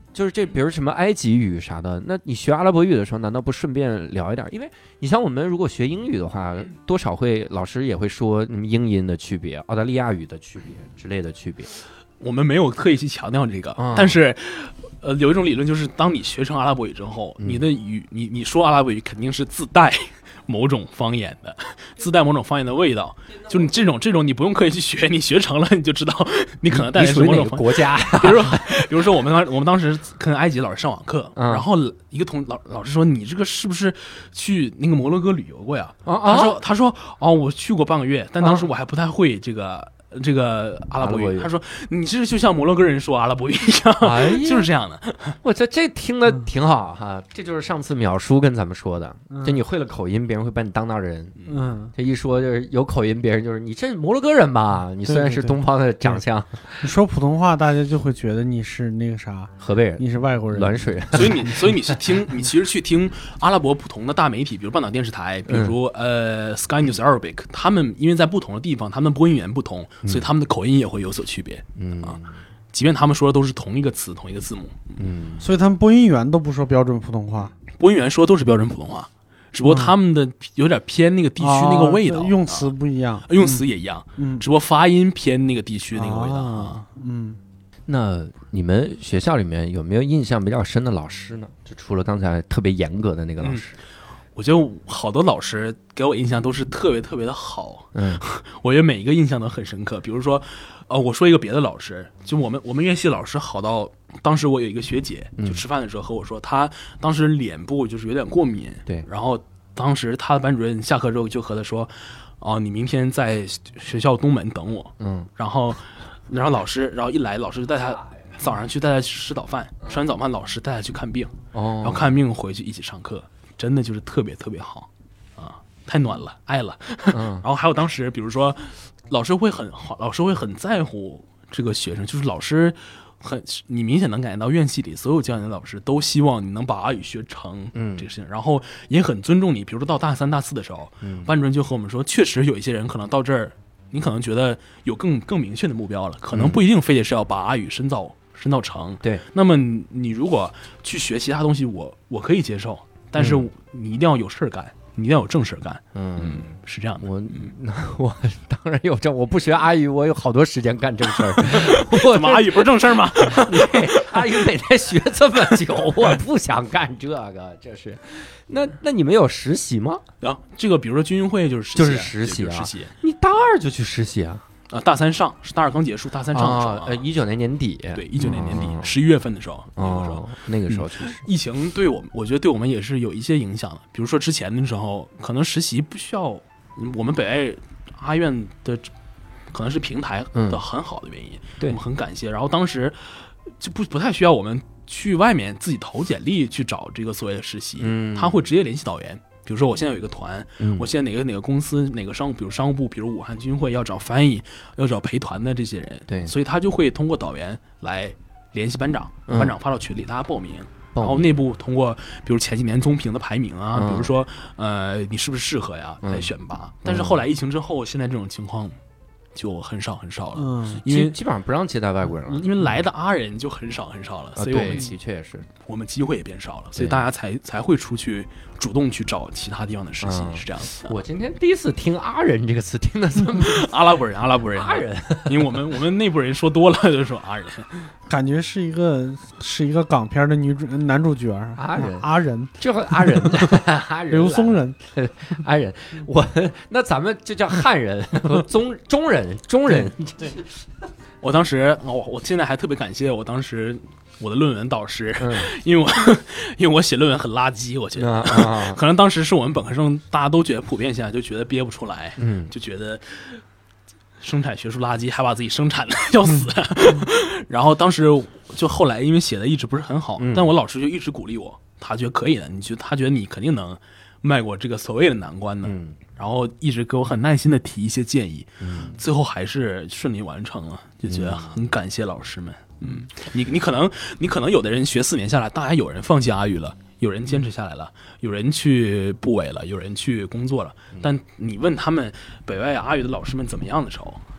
就是这，比如什么埃及语啥的，那你学阿拉伯语的时候，难道不顺便聊一点？因为你像我们如果学英语的话，多少会老师也会说什么英音的区别、澳大利亚语的区别之类的区别。 我们没有特意去强调这个， 啊、 但是，呃，有一种理论就是，当你学成阿拉伯语之后， 嗯、 你的语，你你说阿拉伯语肯定是自带某种方言的，自带某种方言的味道。就你这种这种，你不用刻意去学，你学成了你就知道，你可能带来是某种国家。 比如说，比如说我们当我们当时跟埃及老师上网课， 嗯、 然后一个同老老师说：“你这个是不是去那个摩洛哥旅游过呀？” 啊、 他说：“他说哦，我去过半个月，但当时我还不太会这个。”这个阿拉伯语，他说你这就像摩洛哥人说阿拉伯语一样， 哎、 就是这样的。 我这这听的挺好哈，这就是上次淼叔跟咱们说的， 嗯、 就你会了口音，别人会把你当大人。 嗯， 这一说就是有口音，别人就是你这摩洛哥人吧？你虽然是东方的长相， 对对对你说普通话，大家就会觉得你是那个啥河北人， 你是外国人， 滦水人。 所以你所以你是听，你其实去听阿拉伯不同的大媒体，比如半岛电视台，比如、嗯、呃 Sky News Arabic， 他们因为在不同的地方，他们播音员不同，所以他们的口音也会有所区别， 嗯啊，即便他们说的都是同一个词、同一个字母， 嗯， 所以他们播音员都不说标准普通话， 播音员说都是标准普通话，只不过他们的有点偏那个地区那个味道， 哦、用词不一样、 啊，用词也一样， 嗯， 只不过发音偏那个地区那个味道， 啊、嗯。 那你们学校里面有没有印象比较深的老师呢？就除了刚才特别严格的那个老师。 嗯，我觉得好多老师给我印象都是特别特别的好， 嗯， 我觉得每一个印象都很深刻。比如说，呃，我说一个别的老师，就我们我们院系老师好到，当时我有一个学姐，就吃饭的时候和我说，她当时脸部就是有点过敏， 对， 然后当时她的班主任下课之后就和她说，哦，你明天在学校东门等我， 嗯， 然后然后老师，然后一来，老师就带她早上去带她吃早饭，吃完早饭，老师带她去看病， 哦， 然后看病回去一起上课。真的就是特别特别好啊，太暖了，爱了。 嗯， 然后还有当时，比如说，老师会很好，老师会很在乎这个学生，就是老师很，你明显能感觉到院系里所有教研的老师都希望你能把阿语学成， 嗯， 这个事情，然后也很尊重你。比如说到大三、大四的时候，嗯，班主任就和我们说，确实有一些人可能到这儿，你可能觉得有更更明确的目标了，可能不一定非得是要把阿语深造深造成。 对， 那么你你如果去学其他东西，我我可以接受。但是你一定要有事儿干，你一定要有正事儿干。 嗯， 嗯，是这样的。 我我当然有正，我不学阿语，我有好多时间干正事儿。 怎么阿语不是正事儿吗？ 阿语每天学这么久，我不想干这个，这是。那那你们有实习吗？ 啊，这个比如说军运会就是实习就是实习啊， 实习。 你大二就去实习啊？ 啊，大三上是大二刚结束，大三上的时候， 啊、呃，一九年年底， 对，一九年年底十一、哦、月份的时候， 那个时候，哦、那个时候确实、 嗯，疫情对我们，我觉得对我们也是有一些影响的。比如说之前的时候，可能实习不需要，我们北爱阿院的可能是平台的很好的原因， 对、 嗯，我们很感谢。然后当时就不不太需要我们去外面自己投简历去找这个所谓的实习， 嗯， 他会直接联系导员。比如说我现在有一个团、 嗯， 我现在哪个哪个公司哪个商务，比如商务部，比如武汉军会要找翻译，要找陪团的这些人， 对， 所以他就会通过导员来联系班长，班长发到群里，大家报名， 嗯、 然后内部通过比如前几年综评的排名啊， 嗯、 比如说呃你是不是适合呀、嗯、来选拔。但是后来疫情之后，现在这种情况就很少很少了， 嗯， 因为基本上不让接待外国人了， 因为来的阿人就很少很少了， 啊、 所以我们的确也是， 我们机会也变少了，所以大家才才会出去主动去找其他地方的实习， 嗯、 是这样子。 我今天第一次听阿人这个词，听的这么阿拉伯人，阿拉伯人， 阿人， 因为我们我们内部人说多了就说阿人， 感觉是一个是一个港片的女主男主角， 阿人， 阿人， 这阿人，阿人， 刘松仁， 阿人，我那咱们就叫汉人，中中人，中人。 对，我当时我我现在还特别感谢我当时我的论文导师， 嗯、 因为我因为我写论文很垃圾，我觉得、 啊、 可能当时是我们本科生大家都觉得普遍现在就觉得憋不出来， 嗯， 就觉得生产学术垃圾，还把自己生产的要死。然后当时就后来因为写的一直不是很好， 嗯、 但我老师就一直鼓励我，他觉得可以的，你觉得他觉得你肯定能迈过这个所谓的难关的。 嗯， 然后一直给我很耐心的提一些建议， 嗯， 最后还是顺利完成了，就觉得很感谢老师们。嗯，你你可能你可能有的人学四年下来，大家有人放弃阿语了，有人坚持下来了，有人去部委了，有人去工作了。但你问他们北外阿语的老师们怎么样的时候，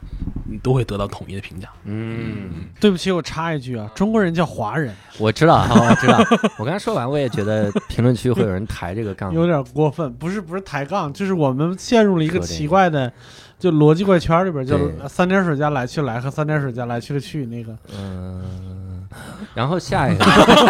你都会得到统一的评价。 嗯， 对不起，我插一句啊，中国人叫华人， 我知道啊，我知道。我刚才说完，我也觉得评论区会有人抬这个杠， 有点过分。不是不是抬杠，就是我们陷入了一个奇怪的，就逻辑怪圈里边，叫三点水加来去来和三点水加来去的去那个。 嗯，然后下一个，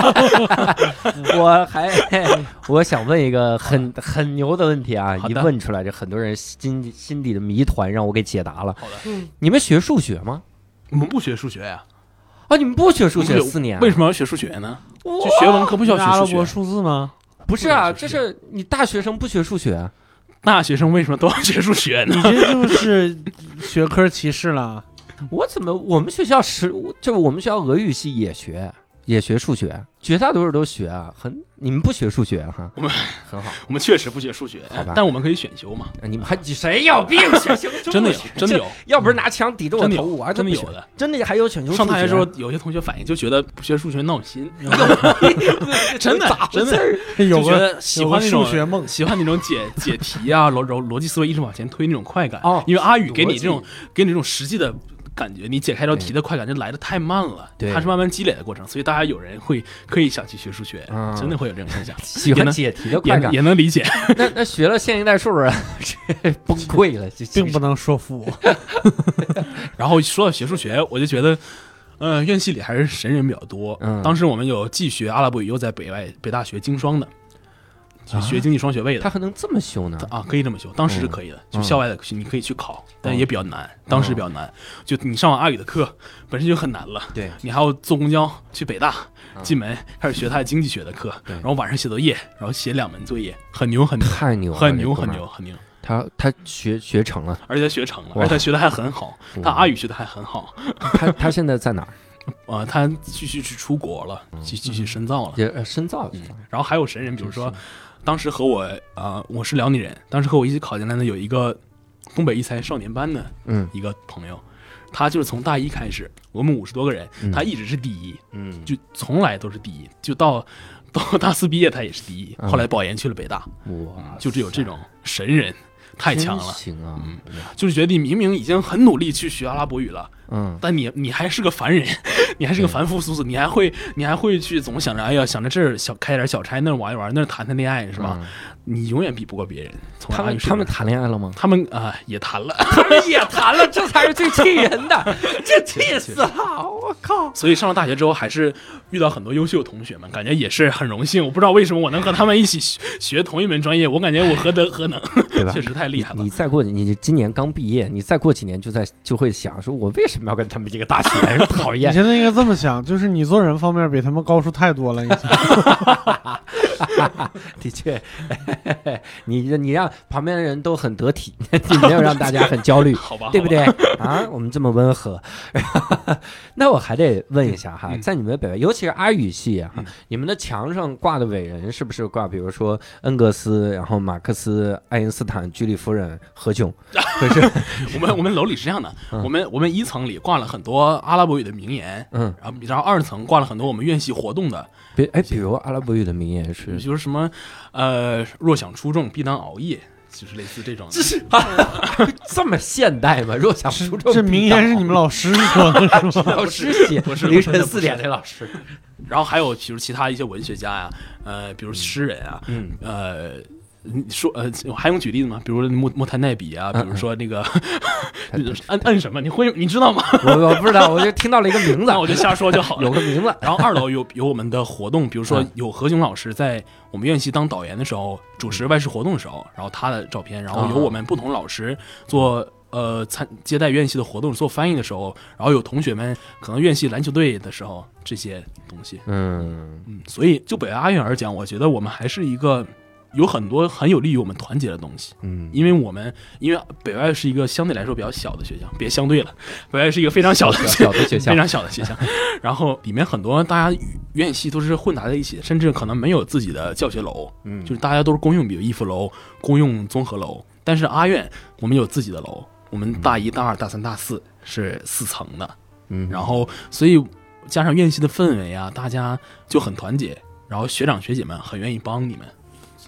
我还我想问一个很很牛的问题啊，一问出来，这很多人心心底的谜团让我给解答了。 好的， 你们学数学吗？ 我们不学数学呀。 啊，你们不学数学四年？ 为什么要学数学呢？就学文科不需要学数学？ 阿拉伯数字吗？ 不是啊，这是你大学生不学数学啊。 大学生为什么都要学数学呢？ 你这就是学科歧视了。 我怎么我们学校是就我们学校俄语系也学也学数学，绝大多数都学啊。很你们不学数学哈？ 我们很好， 我们确实不学数学， 好吧？ 但我们可以选修嘛。 你们还谁有病选修？ 真的有，真的有。 要不是拿枪抵着我头，我真的有的， 真的还有选修。 上大学之后，有些同学反映就觉得不学数学闹心，真的真的有个喜欢那种数学梦， 喜欢那种解解题啊，逻逻逻辑思维一直往前推那种快感。 哦， 因为阿语给你这种给你这种实际的感觉，你解开这道题的快感就来的太慢了， 对， 它是慢慢积累的过程，所以大家有人会可以想去学数学， 嗯、 真的会有这种现象， 喜欢解题的快感也, 也能理解。 那那学了线性代数啊，崩溃了， 并不能说服我。 然后说到学数学，我就觉得。呃，院系里还是神人比较多。嗯，当时我们有既学阿拉伯语，又在北外北大学经双的，学经济双学位的。 他还能这么修呢？ 啊，可以这么修，当时是可以的。嗯、就校外的你可以去考，嗯、但也比较难，当时比较难。嗯、就你上完阿语的课本身就很难了， 对， 你还要坐公交去北大，进门开始学他的经济学的课，然后晚上写作业，然后写两门作业，很牛很牛， 太牛了， 很牛很牛很牛。 他他学学成了， 而且他学成了，而且他学的还很好，他阿语学的还很好。 他他现在在哪儿？ 呃，他继续去出国了，继继续深造了， 也呃深造、 嗯。然后还有神人，比如说，当时和我啊、呃，我是辽宁人，当时和我一起考进来的有一个东北艺才少年班的嗯一个朋友，嗯、他就是从大一开始，我们五十多个人，嗯、他一直是第一，嗯，就从来都是第一，就到。到大四毕业，他也是第一。后来保研去了北大，哇，就只有这种神人，太强了。 行啊， 嗯，就是觉得你明明已经很努力去学阿拉伯语了，嗯，但你你还是个凡人，你还是个凡夫俗子，你还会你还会去总想着，哎呀，想着这儿小开点小差，那儿玩一玩，那儿谈谈恋爱，是吧？嗯、你永远比不过别人。 他们他们谈恋爱了吗？ 他们啊、呃、也谈了， 他们也谈了，这才是最气人的，这气死了！我靠！ 所以上了大学之后，还是遇到很多优秀的同学们，感觉也是很荣幸。我不知道为什么我能和他们一起学同一门专业，我感觉我何德何能，对吧？确实太厉害了。 你, 你再过你今年刚毕业，你再过几年就在就会想说，我为什么要跟他们一个大学？讨厌！ 你现在应该这么想，就是你做人方面比他们高出太多了，已经。 的确，你你让旁边的人都很得体，你没有让大家很焦虑， 好吧？ 对不对啊？我们这么温和，那我还得问一下哈，在你们北外，尤其是阿语系啊，你们的墙上挂的伟人是不是挂，比如说恩格斯，然后马克思、爱因斯坦、居里夫人、何炅？可是我们我们楼里是这样的，我们我们一层里挂了很多阿拉伯语的名言，嗯，然后然后二层挂了很多我们院系活动的， 比哎，比如阿拉伯语的名言是， 比如什么呃，若想出众，必当熬夜。就是类似这种， 这是、啊、这么现代吗？若想出众， 这名言是你们老师说的是吗？ 老师写， 不是凌晨四点的老师。 然后还有比如其他一些文学家呀，呃，比如诗人啊，嗯，呃。你说呃，还用举例子吗？比如莫莫泰奈比啊，比如说那个摁摁什么？你会你知道吗？ 我我不知道，我就听到了一个名字， 那我就瞎说就好了。 有个名字。 然后二楼有有我们的活动，比如说有何炅老师在我们院系当导员的时候主持外事活动的时候，然后他的照片，然后有我们不同老师做呃参接待院系的活动做翻译的时候，然后有同学们可能院系篮球队的时候这些东西。嗯嗯，所以就北外阿院而讲，我觉得我们还是一个。有很多很有利于我们团结的东西，嗯，因为我们因为北外是一个相对来说比较小的学校，别相对了，北外是一个非常小的小的学校， 非常小的学校，然后里面很多大家院系都是混杂在一起的，甚至可能没有自己的教学楼，嗯，就是大家都是公用，比如逸夫楼、公用综合楼，但是阿院我们有自己的楼，我们大一、大二、大三、大四是四层的，嗯，然后所以加上院系的氛围啊，大家就很团结，然后学长学姐们很愿意帮你们。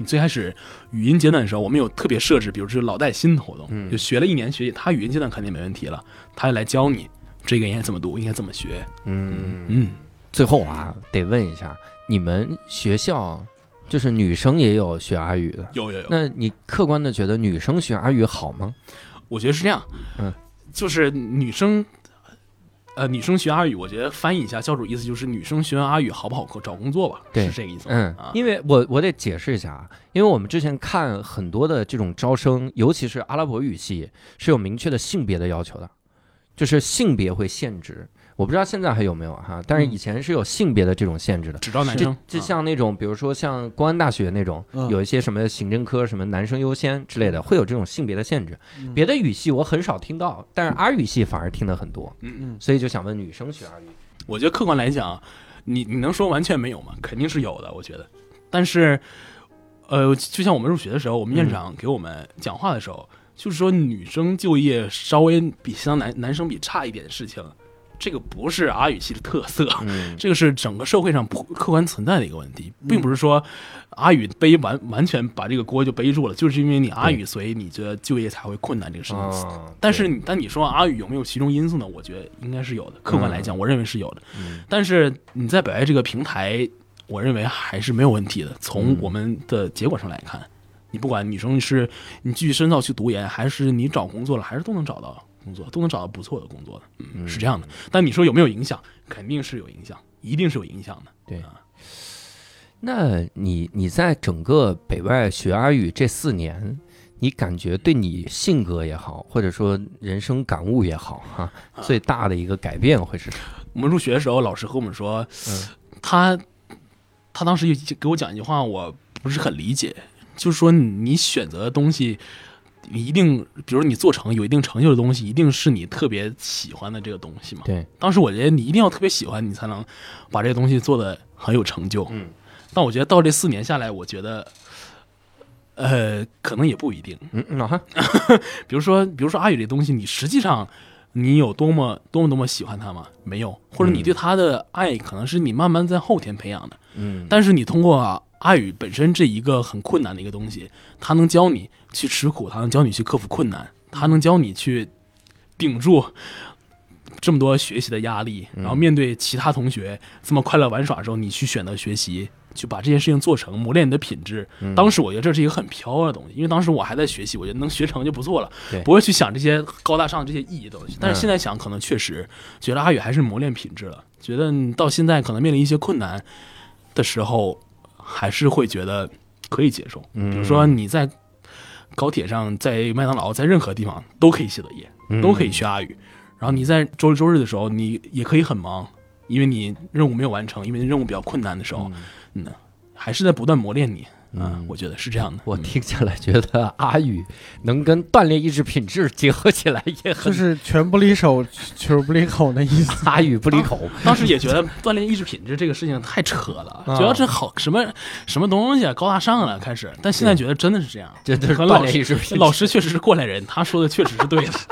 你最开始语音阶段的时候，我们有特别设置，比如说老带新的活动， 嗯、 就学了一年学习，他语音阶段肯定没问题了，他来教你这个应该怎么读，应该怎么学。 嗯嗯。 最后啊，得问一下，你们学校就是女生也有学阿语的？ 有有有。 那你客观的觉得女生学阿语好吗？ 我觉得是这样， 嗯， 就是女生。呃，女生学阿语，我觉得翻译一下，教主意思就是女生学完阿语好不好找工作吧？ 对， 是这个意思。 嗯， 啊、 因为我我得解释一下啊，因为我们之前看很多的这种招生，尤其是阿拉伯语系，是有明确的性别的要求的，就是性别会限制。我不知道现在还有没有哈，但是以前是有性别的这种限制的， 只招男生。 就像那种，比如说像公安大学那种， 嗯、 有一些什么行政科什么男生优先之类的，会有这种性别的限制。 嗯、 别的语系我很少听到，但是阿语系反而听得很多。 嗯嗯， 所以就想问女生学阿语， 我觉得客观来讲，你你能说完全没有吗？肯定是有的，我觉得。但是，呃，就像我们入学的时候，我们院长给我们讲话的时候，嗯、就是说女生就业稍微比相男男生比差一点的事情。这个不是阿语系的特色， 嗯、 这个是整个社会上客观存在的一个问题，并不是说阿语背完完全把这个锅就背住了，就是因为你阿语，所以你觉得就业才会困难这个事情。哦、但是你但你说阿语有没有其中因素呢？我觉得应该是有的，客观来讲，我认为是有的。 嗯、 但是你在北外这个平台，我认为还是没有问题的。从我们的结果上来看，你不管女生是你继续深造去读研，还是你找工作了，还是都能找到工作，都能找到不错的工作的，嗯，是这样的。但你说有没有影响？肯定是有影响，一定是有影响的。 对啊， 那你你在整个北外学阿语这四年，你感觉对你性格也好，或者说人生感悟也好，哈、啊，最大的一个改变会是什么？ 我们入学的时候，老师和我们说，嗯、他他当时给我讲一句话，我不是很理解，就是说你选择的东西。你一定，比如你做成有一定成就的东西，一定是你特别喜欢的这个东西嘛？ 对。 当时我觉得你一定要特别喜欢，你才能把这个东西做得很有成就。 嗯。 但我觉得到这四年下来，我觉得，呃，可能也不一定。 嗯嗯哈。 比如说，比如说阿语这东西，你实际上你有多么多么多么喜欢它吗？没有。或者你对它的爱，可能是你慢慢在后天培养的。 嗯。 但是你通过、啊。阿语本身这一个很困难的一个东西，它能教你去吃苦，它能教你去克服困难，它能教你去顶住这么多学习的压力，然后面对其他同学这么快乐玩耍的时候，你去选择学习，去把这件事情做成，磨练你的品质。当时我觉得这是一个很飘的东西，因为当时我还在学习，我觉得能学成就不错了，不会去想这些高大上这些意义的东西。但是现在想，可能确实觉得阿语还是磨练品质了，觉得到现在可能面临一些困难的时候。还是会觉得可以接受，比如说你在高铁上，在麦当劳，在任何地方都可以写作业，都可以学阿语。然后你在周六周日的时候，你也可以很忙，因为你任务没有完成，因为任务比较困难的时候，嗯，还是在不断磨练你。嗯，我觉得是这样的。 我听起来觉得阿语能跟锻炼意志品质结合起来也很， 就是拳不离手，球不离口的意思。 阿语不离口。 当时也觉得锻炼意志品质这个事情太扯了，觉得这好什么什么东西啊，高大上了开始。但现在觉得真的是这样， 这就是锻炼意志品质。 老师确实是过来人，他说的确实是对的。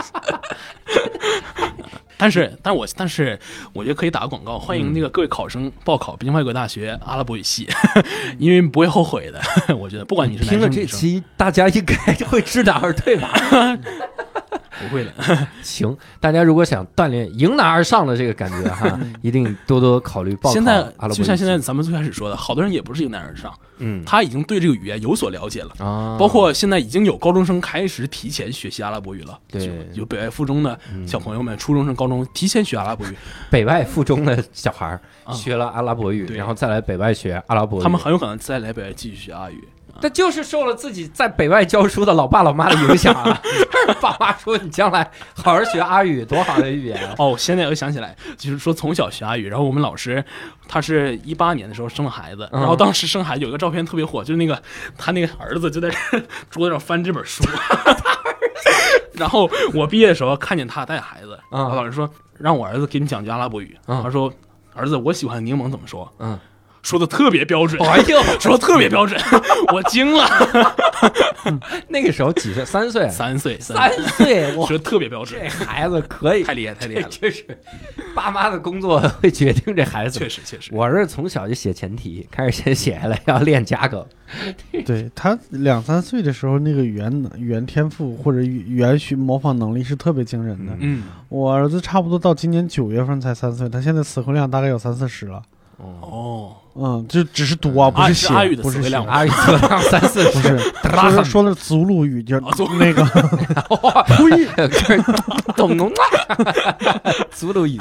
但是，但我但是，我觉得可以打个广告，欢迎那个各位考生报考北京外国大学阿拉伯语系，因为不会后悔的。我觉得，不管你是男生听了这期，大家应该会知难而退吧？ 不会的。 行，大家如果想锻炼迎难而上的这个感觉哈，一定多多考虑报考。 现在阿拉伯语系就像现在咱们最开始说的，好多人也不是迎难而上，嗯，他已经对这个语言有所了解了啊。包括现在已经有高中生开始提前学习阿拉伯语了， 对， 有北外附中的小朋友们，初中生、高中提前学阿拉伯语。 北外附中的小孩学了阿拉伯语，然后再来北外学阿拉伯语， 他们很有可能再来北外继续学阿语。 那就是受了自己在北外教书的老爸老妈的影响啊！爸妈说你将来好好学阿语，多好的语言啊！ 哦，现在我想起来，就是说从小学阿语，然后我们老师他是一八年的时候生了孩子，然后当时生孩子有一个照片特别火，就是那个他那个儿子就在桌子上翻这本书，然后我毕业的时候看见他带孩子，我老师说让我儿子给你讲句阿拉伯语，他说儿子我喜欢柠檬怎么说？嗯。 说的特别标准， 哎呦， 说的特别标准，我惊了。 那个时候几岁？三岁？ 三岁， 三岁，我说的特别标准， 这孩子可以， 太厉害，太厉害了。 这是爸妈的工作会决定这孩子。 确实，确实， 我是从小就写前提，开始先写下来，要练加梗。 对他两三岁的时候，那个语言语言天赋或者语言学模仿能力是特别惊人的。 嗯， 我儿子差不多到今年九月份才三岁，他现在词汇量大概有三四十了。 哦， 嗯，就只是读啊，不是写， 阿语的不是写， 阿语词汇量三四十， 不是，说说的祖鲁语，就那个， 呸，懂懂啊，祖鲁语。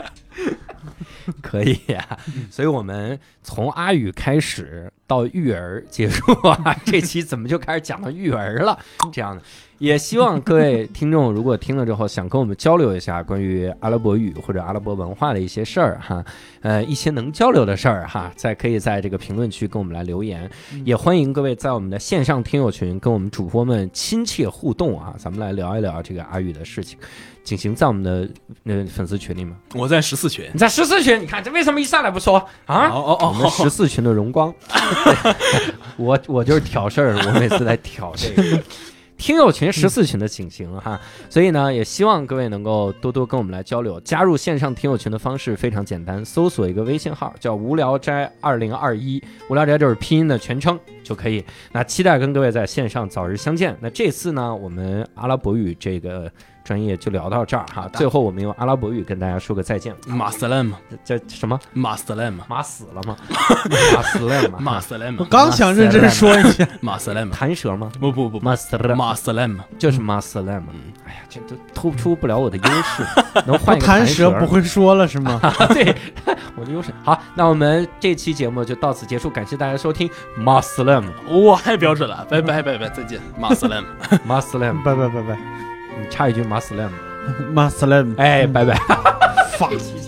可以呀、啊，所以我们从阿语开始到育儿结束啊，这期怎么就开始讲到育儿了？这样的，也希望各位听众如果听了之后想跟我们交流一下关于阿拉伯语或者阿拉伯文化的一些事儿哈，呃，一些能交流的事儿哈，再可以在这个评论区跟我们来留言，也欢迎各位在我们的线上听友群跟我们主播们亲切互动啊，咱们来聊一聊这个阿语的事情。景行在我们的呃粉丝群里吗？ 我在十四群， 你在十四群，你看这为什么一上来不说啊？ 哦哦哦， 我们十四群的荣光，我我就是挑事儿，我每次来挑这个。听友群十四群的景行哈，所以呢，也希望各位能够多多跟我们来交流。加入线上听友群的方式非常简单，搜索一个微信号叫无聊斋二零二一，无聊斋就是拼音的全称就可以。那期待跟各位在线上早日相见。那这次呢，我们阿拉伯语这个专业就聊到这儿哈。最后我们用阿拉伯语跟大家说个再见。 马斯兰嘛， 这什么？ 马斯兰嘛， 马死了吗？马死了吗？ 马斯兰嘛。 我刚想认真说一下， 马斯兰嘛， 弹舌吗？ 不不不， 马死了， 马斯兰嘛， 就是马斯兰嘛。哎呀，这都突出不了我的优势，能换一个弹舌不会说了是吗？ 对，我的优势。好，那我们这期节目就到此结束，感谢大家收听马斯兰。 哇，太标准了，拜拜拜拜，再见，马斯兰， 马斯兰， 拜拜拜拜。 你插一句马斯兰。 马斯兰， 哎，拜拜。 fuck。